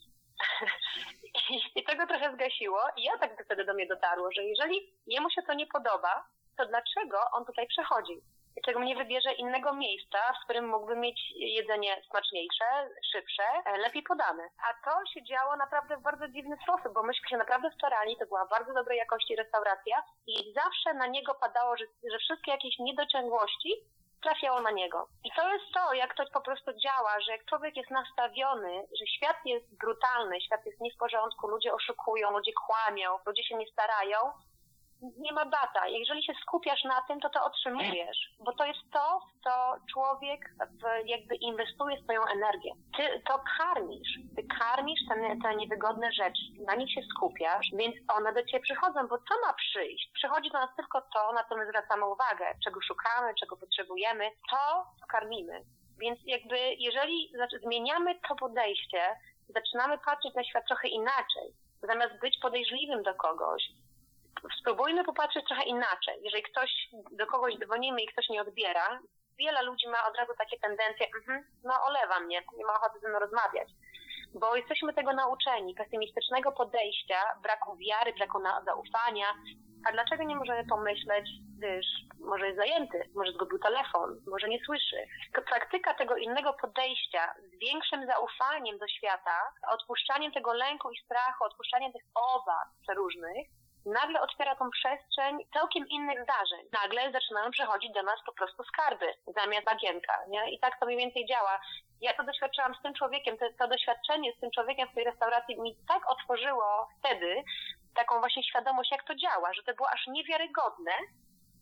I tego trochę zgasiło i ja tak wtedy do mnie dotarło, że jeżeli jemu się to nie podoba, to dlaczego on tutaj przychodzi? Dlaczego nie wybierze innego miejsca, w którym mógłby mieć jedzenie smaczniejsze, szybsze, lepiej podane. A to się działo naprawdę w bardzo dziwny sposób, bo myśmy się naprawdę starali, to była bardzo dobrej jakości restauracja i zawsze na niego padało, że, że wszystkie jakieś niedociągłości trafiało na niego. I to jest to, jak to po prostu działa, że jak człowiek jest nastawiony, że świat jest brutalny, świat jest nie w porządku, ludzie oszukują, ludzie kłamią, ludzie się nie starają, nie ma bata. Jeżeli się skupiasz na tym, to to otrzymujesz, bo to jest to, w co człowiek jakby inwestuje swoją energię. Ty to karmisz, ty karmisz te, te niewygodne rzeczy, na nich się skupiasz, więc one do ciebie przychodzą, bo co ma przyjść? Przychodzi do nas tylko to, na co my zwracamy uwagę, czego szukamy, czego potrzebujemy, to, co karmimy. Więc jakby jeżeli zmieniamy to podejście, zaczynamy patrzeć na świat trochę inaczej, zamiast być podejrzliwym do kogoś, spróbujmy popatrzeć trochę inaczej. Jeżeli ktoś, do kogoś dzwonimy i ktoś nie odbiera, wiele ludzi ma od razu takie tendencje, mhm, no olewa mnie, nie ma ochoty ze mną rozmawiać. Bo jesteśmy tego nauczeni, pesymistycznego podejścia, braku wiary, braku zaufania. A dlaczego nie możemy pomyśleć, gdyż może jest zajęty, może zgubił telefon, może nie słyszy. Tylko praktyka tego innego podejścia z większym zaufaniem do świata, odpuszczaniem tego lęku i strachu, odpuszczaniem tych obaw przeróżnych, nagle otwiera tą przestrzeń całkiem innych zdarzeń. Nagle zaczynają przechodzić do nas po prostu skarby zamiast bagienka, nie? I tak to mniej więcej działa. Ja to doświadczyłam z tym człowiekiem, to, to doświadczenie z tym człowiekiem w tej restauracji mi tak otworzyło wtedy taką właśnie świadomość, jak to działa, że to było aż niewiarygodne,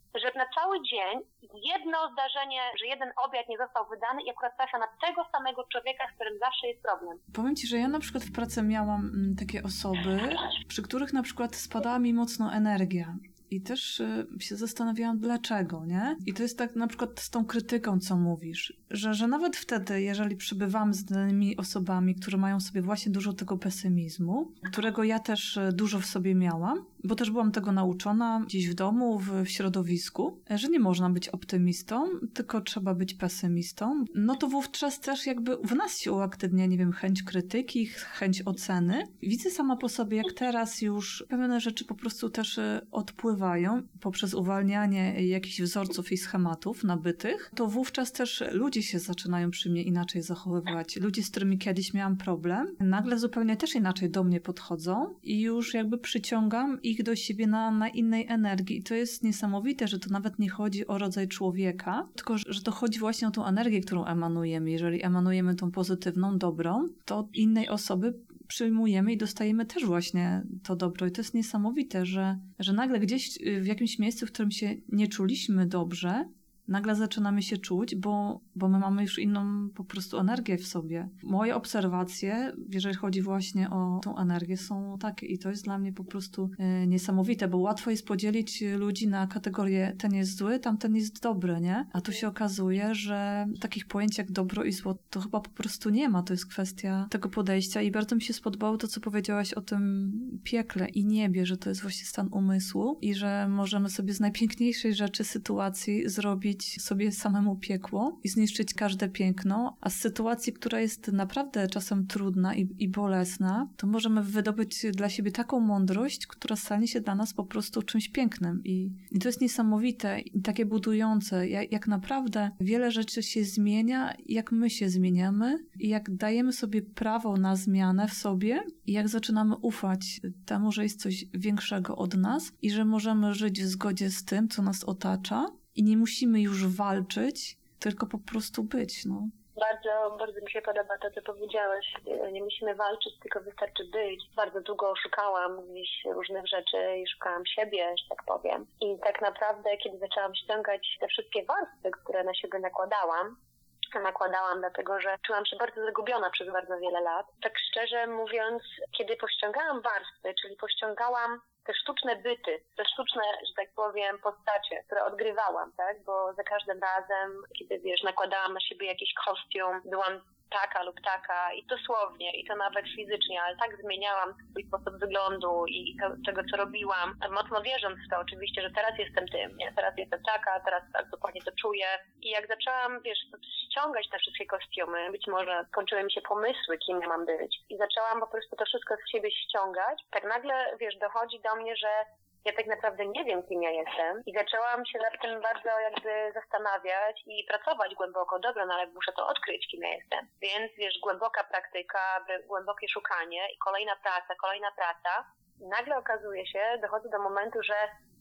że na cały dzień jedno zdarzenie, że jeden obiad nie został wydany i akurat trafia na tego samego człowieka, z którym zawsze jest problem. Powiem Ci, że ja na przykład w pracy miałam m, takie osoby, przy których na przykład spadała mi mocno energia. I też y, się zastanawiałam, dlaczego, nie? I to jest tak na przykład z tą krytyką, co mówisz, że, że nawet wtedy, jeżeli przybywam z danymi osobami, które mają w sobie właśnie dużo tego pesymizmu, którego ja też dużo w sobie miałam, bo też byłam tego nauczona gdzieś w domu, w, w środowisku, że nie można być optymistą, tylko trzeba być pesymistą, no to wówczas też jakby w nas się uaktywnia, nie wiem, chęć krytyki, chęć oceny. Widzę sama po sobie, jak teraz już pewne rzeczy po prostu też odpływają poprzez uwalnianie jakichś wzorców i schematów nabytych, to wówczas też ludzie się zaczynają przy mnie inaczej zachowywać. Ludzie, z którymi kiedyś miałam problem, nagle zupełnie też inaczej do mnie podchodzą i już jakby przyciągam ich do siebie na, na innej energii. I to jest niesamowite, że to nawet nie chodzi o rodzaj człowieka, tylko że to chodzi właśnie o tą energię, którą emanujemy. Jeżeli emanujemy tą pozytywną, dobrą, to od innej osoby przyjmujemy i dostajemy też właśnie to dobro. I to jest niesamowite, że, że nagle gdzieś w jakimś miejscu, w którym się nie czuliśmy dobrze, nagle zaczynamy się czuć, bo, bo my mamy już inną po prostu energię w sobie. Moje obserwacje, jeżeli chodzi właśnie o tą energię, są takie i to jest dla mnie po prostu e, niesamowite, bo łatwo jest podzielić ludzi na kategorie ten jest zły, tamten jest dobry, nie? A tu się okazuje, że takich pojęć jak dobro i zło to chyba po prostu nie ma. To jest kwestia tego podejścia i bardzo mi się spodobało to, co powiedziałaś o tym piekle i niebie, że to jest właśnie stan umysłu i że możemy sobie z najpiękniejszej rzeczy, sytuacji zrobić sobie samemu piekło i zniszczyć każde piękno, a z sytuacji, która jest naprawdę czasem trudna i, i bolesna, to możemy wydobyć dla siebie taką mądrość, która stanie się dla nas po prostu czymś pięknym. I, i to jest niesamowite i takie budujące, jak, jak naprawdę wiele rzeczy się zmienia, jak my się zmieniamy i jak dajemy sobie prawo na zmianę w sobie i jak zaczynamy ufać temu, że jest coś większego od nas i że możemy żyć w zgodzie z tym, co nas otacza, i nie musimy już walczyć, tylko po prostu być, no. Bardzo, bardzo mi się podoba to, co powiedziałeś. Nie musimy walczyć, tylko wystarczy być. Bardzo długo szukałam gdzieś różnych rzeczy i szukałam siebie, że tak powiem. I tak naprawdę, kiedy zaczęłam ściągać te wszystkie warstwy, które na siebie nakładałam, nakładałam, dlatego że czułam się bardzo zagubiona przez bardzo wiele lat. Tak szczerze mówiąc, kiedy pościągałam warstwy, czyli pościągałam te sztuczne byty, te sztuczne, że tak powiem, postacie, które odgrywałam, tak? Bo za każdym razem, kiedy, wiesz, nakładałam na siebie jakiś kostium, byłam taka lub taka i dosłownie, i to nawet fizycznie, ale tak zmieniałam swój sposób wyglądu i to, tego, co robiłam, mocno wierząc w to oczywiście, że teraz jestem tym, nie? Teraz jestem taka, teraz tak dokładnie to czuję. I jak zaczęłam, wiesz, ściągać te wszystkie kostiumy, być może kończyły mi się pomysły, kim ja mam być i zaczęłam po prostu to wszystko z siebie ściągać, tak nagle, wiesz, dochodzi do mnie, że ja tak naprawdę nie wiem, kim ja jestem i zaczęłam się nad tym bardzo jakby zastanawiać i pracować głęboko. Dobra, no ale muszę to odkryć, kim ja jestem. Więc wiesz, głęboka praktyka, głębokie szukanie i kolejna praca, kolejna praca. I nagle okazuje się, dochodzę do momentu, że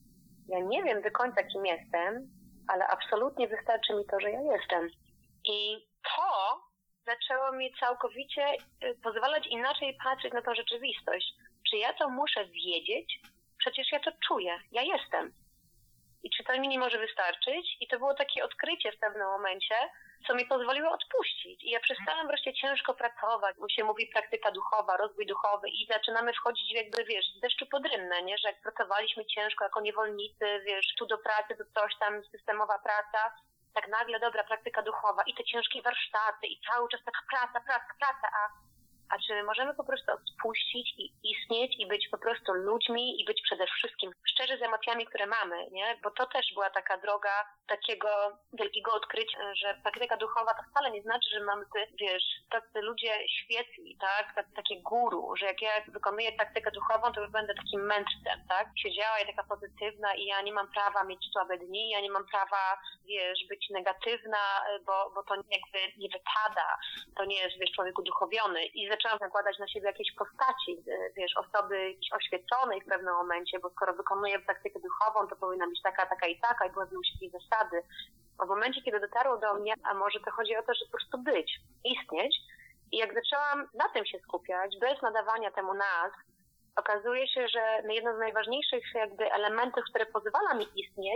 ja nie wiem do końca, kim jestem, ale absolutnie wystarczy mi to, że ja jestem. I to zaczęło mi całkowicie pozwalać inaczej patrzeć na tą rzeczywistość. Czy ja to muszę wiedzieć? Przecież ja to czuję. Ja jestem. I czy to mi nie może wystarczyć? I to było takie odkrycie w pewnym momencie, co mi pozwoliło odpuścić. I ja przestałam wreszcie ciężko pracować, bo się mówi praktyka duchowa, rozwój duchowy i zaczynamy wchodzić jakby, wiesz, z deszczu pod rynnę, nie? Że jak pracowaliśmy ciężko jako niewolnicy, wiesz, tu do pracy, to coś tam, systemowa praca, tak nagle, dobra, praktyka duchowa i te ciężkie warsztaty i cały czas taka praca, praca, praca, a A czy możemy po prostu odpuścić i istnieć i być po prostu ludźmi i być przede wszystkim szczerzy z emocjami, które mamy, nie? Bo to też była taka droga takiego wielkiego odkrycia, że praktyka duchowa to wcale nie znaczy, że mamy, ty, wiesz, tacy ludzie świecli, tak? Takie guru, że jak ja wykonuję praktykę duchową, to już będę takim mędrcem, tak? Siedziała ja taka pozytywna i ja nie mam prawa mieć słabe dni, ja nie mam prawa, wiesz, być negatywna, bo, bo to jakby nie wypada, to nie jest, wiesz, człowiek uduchowiony. I zaczęłam nakładać na siebie jakieś postaci, wiesz, osoby oświeconej w pewnym momencie, bo skoro wykonuję praktykę duchową, to powinna być taka, taka i taka i powinny być jakieś zasady. A w momencie, kiedy dotarło do mnie, a może to chodzi o to, że po prostu być, istnieć, i jak zaczęłam na tym się skupiać, bez nadawania temu nazw, okazuje się, że jedno z najważniejszych jakby elementów, które pozwala mi istnieć,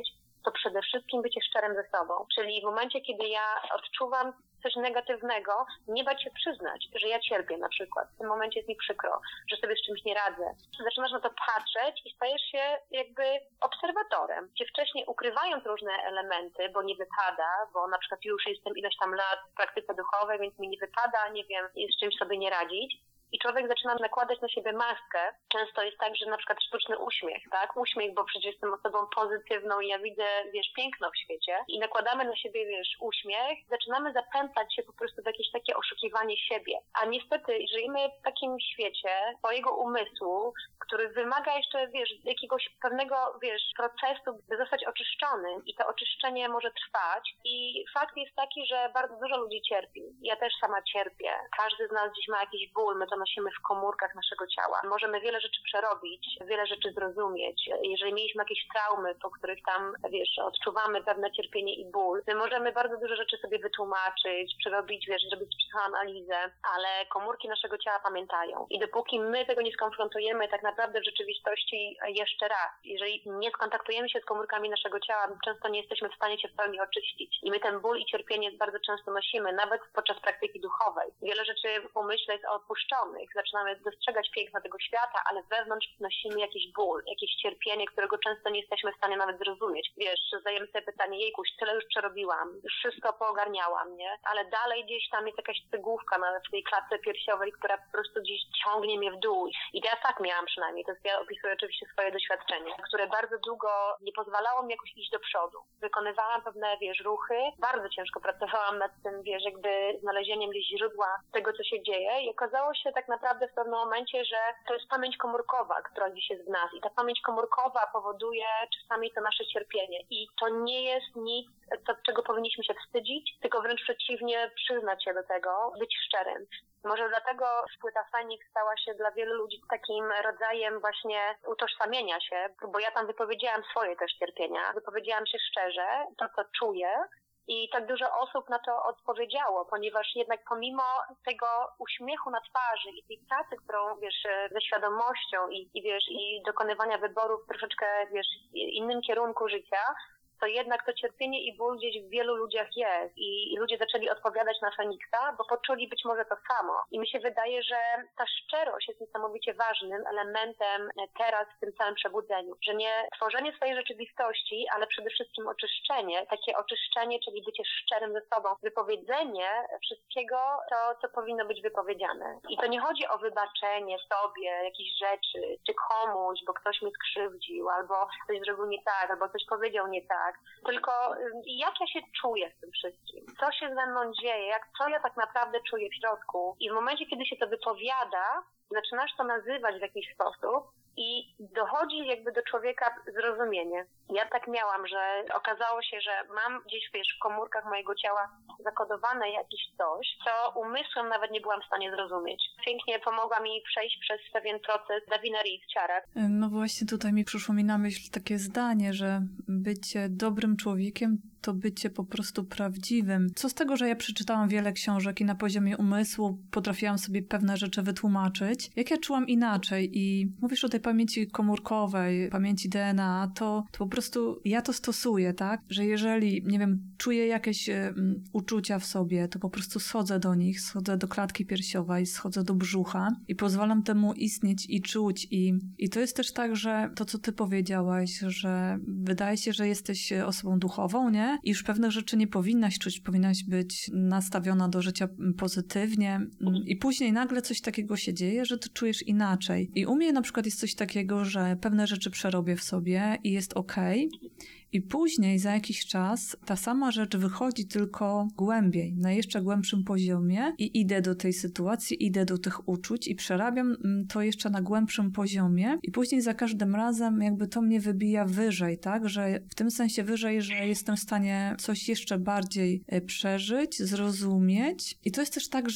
to przede wszystkim bycie szczerym ze sobą. Czyli w momencie, kiedy ja odczuwam coś negatywnego, nie bać się przyznać, że ja cierpię na przykład. W tym momencie jest mi przykro, że sobie z czymś nie radzę. Zaczynasz na to patrzeć i stajesz się jakby obserwatorem, gdzie wcześniej ukrywając różne elementy, bo nie wypada, bo na przykład już jestem ileś tam lat w praktyce duchowej, więc mi nie wypada, nie wiem, z czymś sobie nie radzić. I człowiek zaczyna nakładać na siebie maskę. Często jest tak, że na przykład sztuczny uśmiech, tak? Uśmiech, bo przecież jestem osobą pozytywną i ja widzę, wiesz, piękno w świecie. I nakładamy na siebie, wiesz, uśmiech. Zaczynamy zapętlać się po prostu w jakieś takie oszukiwanie siebie. A niestety żyjemy w takim świecie swojego umysłu, który wymaga jeszcze, wiesz, jakiegoś pewnego, wiesz, procesu, by zostać oczyszczonym. I to oczyszczenie może trwać. I fakt jest taki, że bardzo dużo ludzi cierpi. Ja też sama cierpię. Każdy z nas gdzieś ma jakiś ból. My to nosimy w komórkach naszego ciała. Możemy wiele rzeczy przerobić, wiele rzeczy zrozumieć. Jeżeli mieliśmy jakieś traumy, po których tam, wiesz, odczuwamy pewne cierpienie i ból, my możemy bardzo dużo rzeczy sobie wytłumaczyć, przerobić, wiesz, zrobić psychoanalizę, ale komórki naszego ciała pamiętają. I dopóki my tego nie skonfrontujemy tak naprawdę w rzeczywistości jeszcze raz, jeżeli nie skontaktujemy się z komórkami naszego ciała, często nie jesteśmy w stanie się w pełni oczyścić. I my ten ból i cierpienie bardzo często nosimy, nawet podczas praktyki duchowej. Wiele rzeczy w umyśle jest odpuszczonych. Zaczynamy dostrzegać piękno tego świata, ale wewnątrz nosimy jakiś ból, jakieś cierpienie, którego często nie jesteśmy w stanie nawet zrozumieć. Wiesz, zadajemy sobie pytanie, jejkuś, tyle już przerobiłam, już wszystko poogarniałam, nie? Ale dalej gdzieś tam jest jakaś cygłówka nawet w tej klatce piersiowej, która po prostu gdzieś ciągnie mnie w dół. I ja tak miałam przynajmniej, to jest, ja opisuję oczywiście swoje doświadczenie, które bardzo długo nie pozwalało mi jakoś iść do przodu. Wykonywałam pewne, wiesz, ruchy, bardzo ciężko pracowałam nad tym, wiesz, jakby znalezieniem gdzieś źródła tego, co się dzieje i okazało się tak naprawdę w pewnym momencie, że to jest pamięć komórkowa, która gdzieś jest w nas i ta pamięć komórkowa powoduje czasami to nasze cierpienie i to nie jest nic, co, czego powinniśmy się wstydzić, tylko wręcz przeciwnie, przyznać się do tego, być szczerym. Może dlatego płyta Feniks stała się dla wielu ludzi takim rodzajem właśnie utożsamienia się, bo ja tam wypowiedziałam swoje też cierpienia, wypowiedziałam się szczerze, to co czuję. I tak dużo osób na to odpowiedziało, ponieważ jednak pomimo tego uśmiechu na twarzy i tej pracy, którą, wiesz, ze świadomością i, i wiesz, i dokonywania wyborów troszeczkę, wiesz, innym kierunku życia, to jednak to cierpienie i ból gdzieś w wielu ludziach jest. I, i ludzie zaczęli odpowiadać na Feniksa, bo poczuli być może to samo. I mi się wydaje, że ta szczerość jest niesamowicie ważnym elementem teraz w tym całym przebudzeniu. Że nie tworzenie swojej rzeczywistości, ale przede wszystkim oczyszczenie. Takie oczyszczenie, czyli bycie szczerym ze sobą. Wypowiedzenie wszystkiego, to, co powinno być wypowiedziane. I to nie chodzi o wybaczenie sobie jakichś rzeczy, czy komuś, bo ktoś mnie skrzywdził, albo coś zrobił nie tak, albo coś powiedział nie tak. Tylko jak ja się czuję z tym wszystkim? Co się ze mną dzieje? Jak, co ja tak naprawdę czuję w środku? I w momencie, kiedy się to wypowiada, zaczynasz to nazywać w jakiś sposób i dochodzi jakby do człowieka zrozumienie. Ja tak miałam, że okazało się, że mam gdzieś, wiesz, w komórkach mojego ciała zakodowane jakieś coś, co umysłem nawet nie byłam w stanie zrozumieć. Pięknie pomogła mi przejść przez pewien proces Davina Reed-Charak. No właśnie tutaj mi przyszło mi na myśl takie zdanie, że bycie dobrym człowiekiem to bycie po prostu prawdziwym. Co z tego, że ja przeczytałam wiele książek i na poziomie umysłu potrafiłam sobie pewne rzeczy wytłumaczyć, jak ja czułam inaczej i mówisz o tej pamięci komórkowej, pamięci D N A, to, to po prostu ja to stosuję, tak? Że jeżeli, nie wiem, czuję jakieś um, uczucia w sobie, to po prostu schodzę do nich, schodzę do klatki piersiowej, schodzę do brzucha i pozwalam temu istnieć i czuć i, i to jest też tak, że to, co ty powiedziałaś, że wydaje się, że jesteś osobą duchową, nie? I już pewnych rzeczy nie powinnaś czuć, powinnaś być nastawiona do życia pozytywnie i później nagle coś takiego się dzieje, że ty czujesz inaczej. I u mnie na przykład jest coś takiego, że pewne rzeczy przerobię w sobie i jest okej. I później za jakiś czas ta sama rzecz wychodzi tylko głębiej, na jeszcze głębszym poziomie i idę do tej sytuacji, idę do tych uczuć i przerabiam to jeszcze na głębszym poziomie i później za każdym razem jakby to mnie wybija wyżej, tak? Że w tym sensie wyżej, że jestem w stanie coś jeszcze bardziej przeżyć, zrozumieć i to jest też tak, że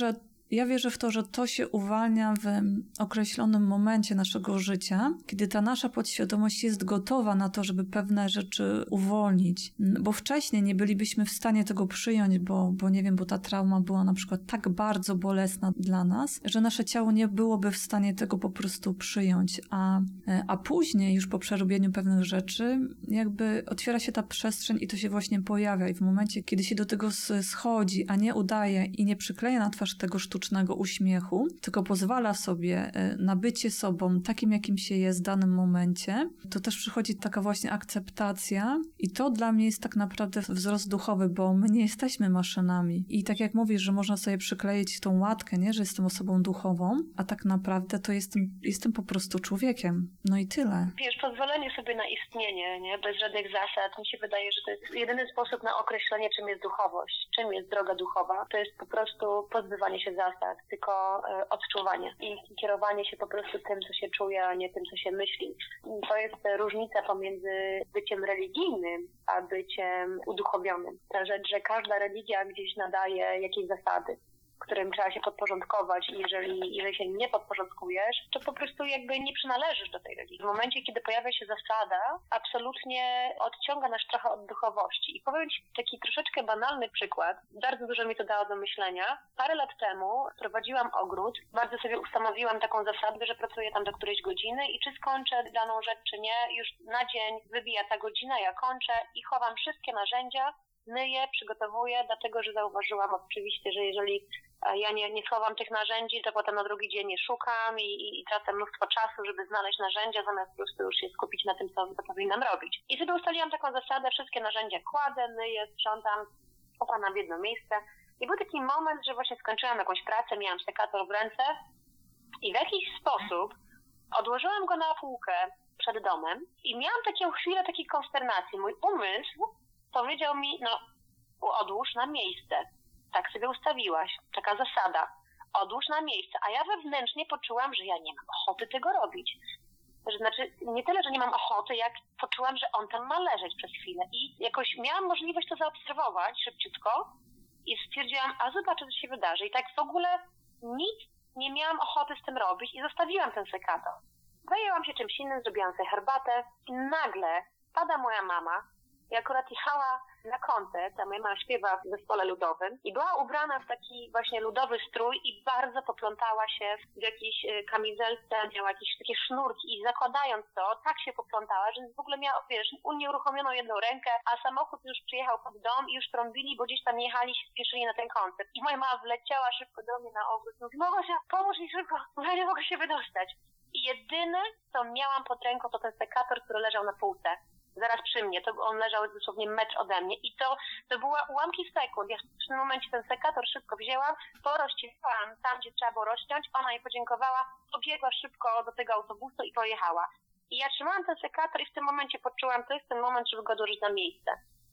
Ja wierzę w to, że to się uwalnia w określonym momencie naszego życia, kiedy ta nasza podświadomość jest gotowa na to, żeby pewne rzeczy uwolnić. Bo wcześniej nie bylibyśmy w stanie tego przyjąć, bo, bo nie wiem, bo ta trauma była na przykład tak bardzo bolesna dla nas, że nasze ciało nie byłoby w stanie tego po prostu przyjąć. A, a później, już po przerobieniu pewnych rzeczy, jakby otwiera się ta przestrzeń i to się właśnie pojawia. I w momencie, kiedy się do tego schodzi, a nie udaje i nie przykleja na twarz tego sztucznego uśmiechu, tylko pozwala sobie na bycie sobą takim, jakim się jest w danym momencie, to też przychodzi taka właśnie akceptacja i to dla mnie jest tak naprawdę wzrost duchowy, bo my nie jesteśmy maszynami. I tak jak mówisz, że można sobie przykleić tą łatkę, nie, że jestem osobą duchową, a tak naprawdę to jestem, jestem po prostu człowiekiem. No i tyle. Wiesz, pozwolenie sobie na istnienie, nie, bez żadnych zasad, mi się wydaje, że to jest jedyny sposób na określenie, czym jest duchowość, czym jest droga duchowa. To jest po prostu pozbywanie się zasad, tylko e, odczuwanie i kierowanie się po prostu tym, co się czuje, a nie tym, co się myśli. To jest różnica pomiędzy byciem religijnym, a byciem uduchowionym. Ta rzecz, że każda religia gdzieś nadaje jakieś zasady, którym trzeba się podporządkować i jeżeli, jeżeli się nie podporządkujesz, to po prostu jakby nie przynależysz do tej religii. W momencie, kiedy pojawia się zasada, absolutnie odciąga nas trochę od duchowości. I powiem Ci taki troszeczkę banalny przykład. Bardzo dużo mi to dało do myślenia. Parę lat temu prowadziłam ogród. Bardzo sobie ustanowiłam taką zasadę, że pracuję tam do którejś godziny i czy skończę daną rzecz, czy nie. Już na dzień wybija ta godzina, ja kończę i chowam wszystkie narzędzia, myję, przygotowuję, dlatego że zauważyłam oczywiście, że jeżeli ja nie, nie schowam tych narzędzi, to potem na drugi dzień je szukam i, i, i tracę mnóstwo czasu, żeby znaleźć narzędzia, zamiast po prostu już się skupić na tym, co, co powinnam robić. I sobie ustaliłam taką zasadę, wszystkie narzędzia kładę, myję, sprzątam, układam w jedno miejsce. I był taki moment, że właśnie skończyłam jakąś pracę, miałam sekator w ręce i w jakiś sposób odłożyłam go na półkę przed domem i miałam taką chwilę takiej konsternacji. Mój umysł powiedział mi, no odłóż na miejsce. Tak sobie ustawiłaś. Taka zasada. Odłóż na miejsce. A ja wewnętrznie poczułam, że ja nie mam ochoty tego robić. Że znaczy, nie tyle, że nie mam ochoty, jak poczułam, że on tam ma leżeć przez chwilę. I jakoś miałam możliwość to zaobserwować szybciutko i stwierdziłam, a zobaczę, co się wydarzy. I tak w ogóle nic nie miałam ochoty z tym robić i zostawiłam ten sekator. Zajęłam się czymś innym, zrobiłam sobie herbatę i nagle pada moja mama. I akurat jechała na koncert, a moja mama śpiewa w zespole ludowym i była ubrana w taki właśnie ludowy strój i bardzo poplątała się w jakiejś kamizelce, miała jakieś takie sznurki i zakładając to, tak się poplątała, że w ogóle miała, wiesz, unieruchomioną jedną rękę, a samochód już przyjechał pod dom i już trąbili, bo gdzieś tam jechali, się spieszyli na ten koncert. I moja mama wleciała szybko do mnie na obrót, mówi, Małgosia, pomóż mi szybko, ja nie mogę się wydostać. I jedyne, co miałam pod ręką, to ten sekator, który leżał na półce. Zaraz przy mnie, to on leżał dosłownie metr ode mnie i to, to była ułamki sekund. Ja w tym momencie ten sekator szybko wzięłam, porozcięłam tam, gdzie trzeba było rozciąć, ona jej podziękowała, pobiegła szybko do tego autobusu i pojechała. I ja trzymałam ten sekator i w tym momencie poczułam, to jest ten moment, żeby go odłożyć na miejsce.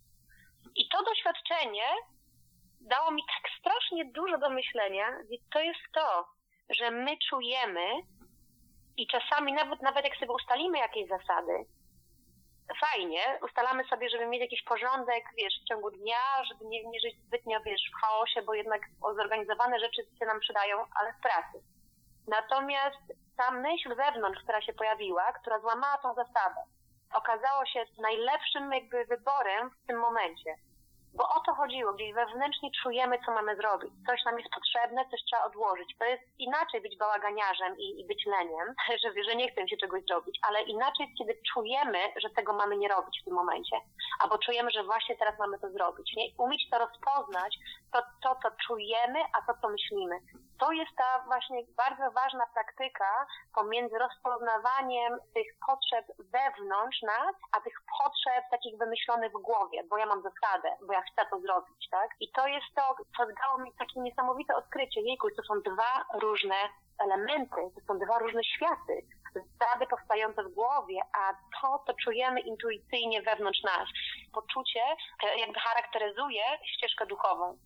I to doświadczenie dało mi tak strasznie dużo do myślenia, i to jest to, że my czujemy i czasami nawet, nawet jak sobie ustalimy jakieś zasady, fajnie, ustalamy sobie, żeby mieć jakiś porządek, wiesz, w ciągu dnia, żeby nie, nie żyć zbytnio, wiesz, w chaosie, bo jednak zorganizowane rzeczy się nam przydają, ale w pracy. Natomiast ta myśl wewnątrz, która się pojawiła, która złamała tą zasadę, okazało się najlepszym jakby wyborem w tym momencie. Bo o to chodziło, gdzieś wewnętrznie czujemy, co mamy zrobić. Coś nam jest potrzebne, coś trzeba odłożyć. To jest inaczej być bałaganiarzem i, i być leniem, że, że nie chcę się czegoś zrobić, ale inaczej jest, kiedy czujemy, że tego mamy nie robić w tym momencie. Albo czujemy, że właśnie teraz mamy to zrobić. Nie? Umieć to rozpoznać, to, to, co czujemy, a to, co myślimy. To jest ta właśnie bardzo ważna praktyka pomiędzy rozpoznawaniem tych potrzeb wewnątrz nas, a tych potrzeb takich wymyślonych w głowie, bo ja mam zasadę, bo ja chcę to zrobić, tak? I to jest to, co dało mi takie niesamowite odkrycie. Jejku, to są dwa różne elementy, to są dwa różne światy. Zasady powstające w głowie, a to, co czujemy intuicyjnie wewnątrz nas. Poczucie jakby charakteryzuje ścieżkę duchową.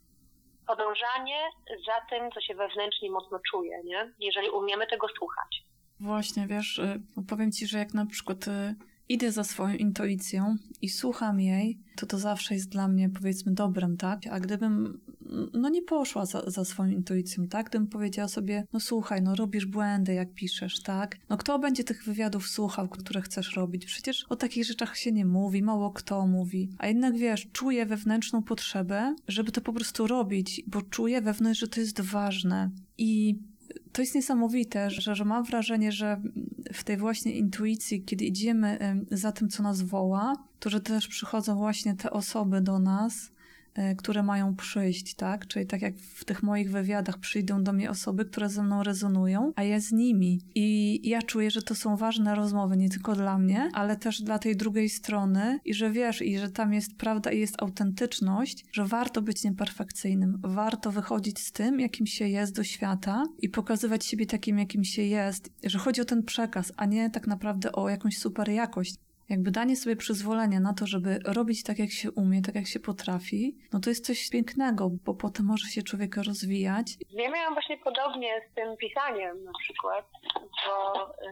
Podążanie za tym, co się wewnętrznie mocno czuje, nie? Jeżeli umiemy tego słuchać. Właśnie, wiesz, powiem Ci, że jak na przykład idę za swoją intuicją i słucham jej, to to zawsze jest dla mnie, powiedzmy, dobrem, tak? A gdybym, no nie poszła za, za swoją intuicją, tak? Gdybym powiedziała sobie, no słuchaj, no robisz błędy, jak piszesz, tak? No kto będzie tych wywiadów słuchał, które chcesz robić? Przecież o takich rzeczach się nie mówi, mało kto mówi. A jednak, wiesz, czuję wewnętrzną potrzebę, żeby to po prostu robić, bo czuję wewnątrz, że to jest ważne. I to jest niesamowite, że, że mam wrażenie, że w tej właśnie intuicji, kiedy idziemy za tym, co nas woła, to że też przychodzą właśnie te osoby do nas, które mają przyjść, tak? Czyli tak jak w tych moich wywiadach przyjdą do mnie osoby, które ze mną rezonują, a ja z nimi. I ja czuję, że to są ważne rozmowy nie tylko dla mnie, ale też dla tej drugiej strony i że wiesz, i że tam jest prawda i jest autentyczność, że warto być nieperfekcyjnym, warto wychodzić z tym, jakim się jest do świata i pokazywać siebie takim, jakim się jest, że chodzi o ten przekaz, a nie tak naprawdę o jakąś super jakość. Jakby danie sobie przyzwolenia na to, żeby robić tak, jak się umie, tak, jak się potrafi, no to jest coś pięknego, bo potem może się człowiek rozwijać. Ja miałam właśnie podobnie z tym pisaniem na przykład, bo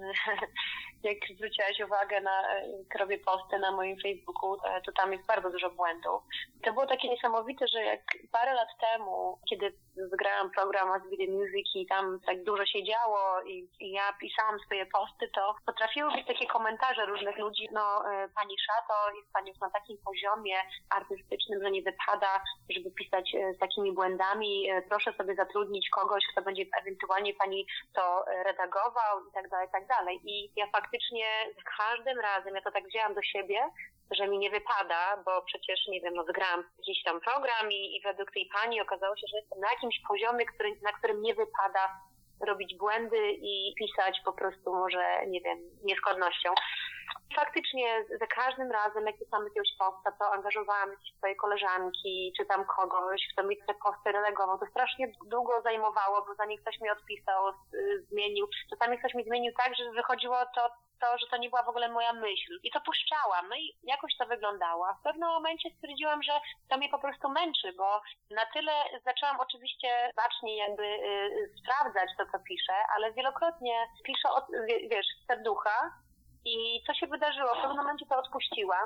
jak zwróciłaś uwagę na, jak robię posty na moim Facebooku, to tam jest bardzo dużo błędów. To było takie niesamowite, że jak parę lat temu, kiedy wygrałam program As Video Music i tam tak dużo się działo i, i ja pisałam swoje posty, to potrafiły być takie komentarze różnych ludzi, no pani Szato, jest pani już na takim poziomie artystycznym, że nie wypada, żeby pisać z takimi błędami, proszę sobie zatrudnić kogoś, kto będzie ewentualnie pani to redagował i tak dalej, i tak dalej. I ja faktycznie za każdym razem, ja to tak wzięłam do siebie, że mi nie wypada, bo przecież, nie wiem, no wygrałam jakiś tam program i, i według tej pani okazało się, że jestem na jakimś poziomie, który, na którym nie wypada robić błędy i pisać po prostu może, nie wiem, niezgodnością. Faktycznie za każdym razem, jak pisałam jakiegoś posta, to angażowałam jakieś swoje koleżanki, czy tam kogoś, kto mi te posty relegował. To strasznie długo zajmowało, bo zanim ktoś mi odpisał, zmienił. Czasami ktoś mi zmienił tak, że wychodziło to, to, że to nie była w ogóle moja myśl. I to puszczałam. No i jakoś to wyglądało. A w pewnym momencie stwierdziłam, że to mnie po prostu męczy, bo na tyle zaczęłam oczywiście bacznie jakby y, sprawdzać to, co piszę, ale wielokrotnie piszę od, wiesz, z serducha. I co się wydarzyło? W pewnym momencie to odpuściłam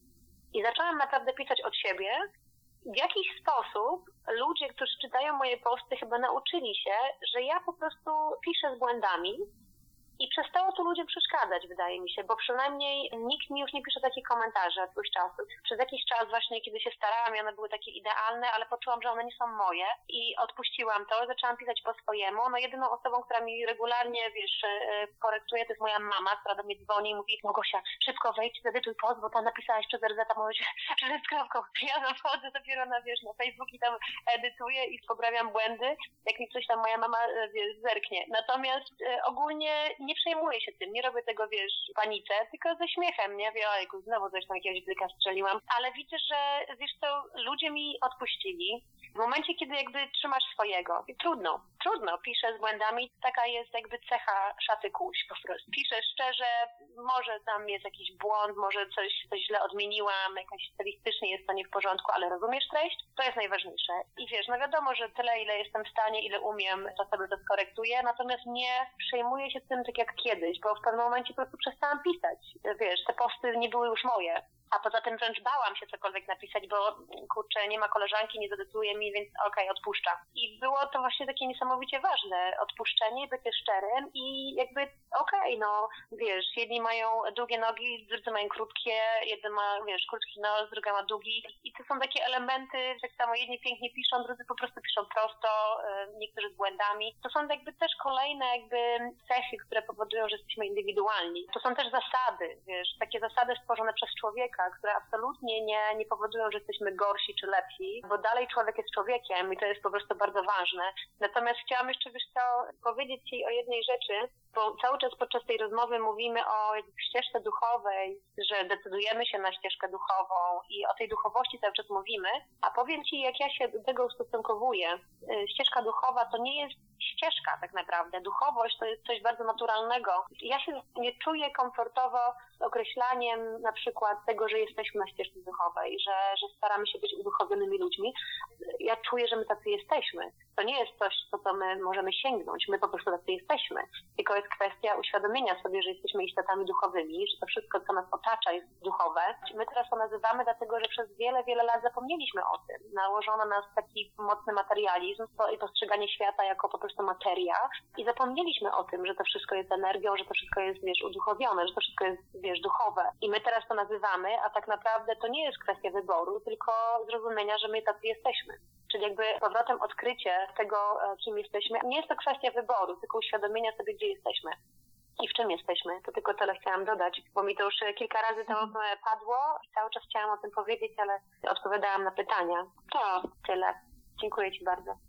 i zaczęłam naprawdę pisać od siebie. W jakiś sposób ludzie, którzy czytają moje posty, chyba nauczyli się, że ja po prostu piszę z błędami i przestało to ludziom przeszkadzać, wydaje mi się, bo przynajmniej nikt mi już nie pisze takich komentarzy od jakiegoś czasu. Przez jakiś czas właśnie, kiedy się starałam i one były takie idealne, ale poczułam, że one nie są moje i odpuściłam to, zaczęłam pisać po swojemu. No jedyną osobą, która mi regularnie, wiesz, korektuje, to jest moja mama, która do mnie dzwoni i mówi: Małgosia, szybko wejdź, zedytuj post, bo tam napisałaś przez R Z, możesz przez skrawką. Ja wchodzę dopiero na, wiesz, na Facebook i tam edytuję i poprawiam błędy, jak mi coś tam moja mama, wiesz, zerknie. Natomiast ogólnie nie przejmuję się tym, nie robię tego, wiesz, w panice, tylko ze śmiechem, nie? Wiem, ojku, znowu coś tam jakiegoś blyka strzeliłam, ale widzę, że, wiesz co, ludzie mi odpuścili. W momencie, kiedy jakby trzymasz swojego, i trudno, trudno, piszę z błędami, taka jest jakby cecha szaty kuś po prostu. Piszę szczerze, może tam jest jakiś błąd, może coś, coś źle odmieniłam, jakoś stylistycznie jest to nie w porządku, ale rozumiesz treść? To jest najważniejsze. I wiesz, no wiadomo, że tyle, ile jestem w stanie, ile umiem, to sobie to skorektuję, natomiast nie przejmuję się tym tak jak kiedyś, bo w pewnym momencie po prostu przestałam pisać. Wiesz, te posty nie były już moje. A poza tym wręcz bałam się cokolwiek napisać, bo kurczę, nie ma koleżanki, nie zadecytuje mi, więc okej, okay, odpuszczam. I było to właśnie takie niesamowicie ważne. Odpuszczenie, bycie szczerym i jakby okej, okay, no wiesz, jedni mają długie nogi, drudzy mają krótkie, jeden ma, wiesz, krótki nos, druga ma długi. I to są takie elementy, tak samo jedni pięknie piszą, drudzy po prostu piszą prosto, niektórzy z błędami. To są jakby też kolejne jakby cechy, które powodują, że jesteśmy indywidualni. To są też zasady, wiesz, takie zasady stworzone przez człowieka, które absolutnie nie, nie powodują, że jesteśmy gorsi czy lepsi, bo dalej człowiek jest człowiekiem i to jest po prostu bardzo ważne. Natomiast chciałam jeszcze, wiesz co, powiedzieć Ci o jednej rzeczy, bo cały czas podczas tej rozmowy mówimy o ścieżce duchowej, że decydujemy się na ścieżkę duchową i o tej duchowości cały czas mówimy, a powiem Ci, jak ja się do tego ustosunkowuję. Ścieżka duchowa to nie jest ścieżka tak naprawdę. Duchowość to jest coś bardzo naturalnego. Ja się nie czuję komfortowo z określaniem na przykład tego, że jesteśmy na ścieżce duchowej, że, że staramy się być uduchowionymi ludźmi. Ja czuję, że my tacy jesteśmy. To nie jest coś, co to my możemy sięgnąć. My po prostu tacy jesteśmy. Tylko jest kwestia uświadomienia sobie, że jesteśmy istotami duchowymi, że to wszystko, co nas otacza, jest duchowe. My teraz to nazywamy dlatego, że przez wiele, wiele lat zapomnieliśmy o tym. Nałożono na nas taki mocny materializm i postrzeganie świata jako po prostu materia i zapomnieliśmy o tym, że to wszystko jest energią, że to wszystko jest, wiesz, uduchowione, że to wszystko jest, wiesz, duchowe. I my teraz to nazywamy, a tak naprawdę to nie jest kwestia wyboru, tylko zrozumienia, że my tacy jesteśmy. Czyli jakby powrotem odkrycie tego, kim jesteśmy. Nie jest to kwestia wyboru, tylko uświadomienia sobie, gdzie jesteśmy i w czym jesteśmy. To tylko tyle chciałam dodać, bo mi to już kilka razy to padło i cały czas chciałam o tym powiedzieć, ale odpowiadałam na pytania. To tyle. Dziękuję Ci bardzo.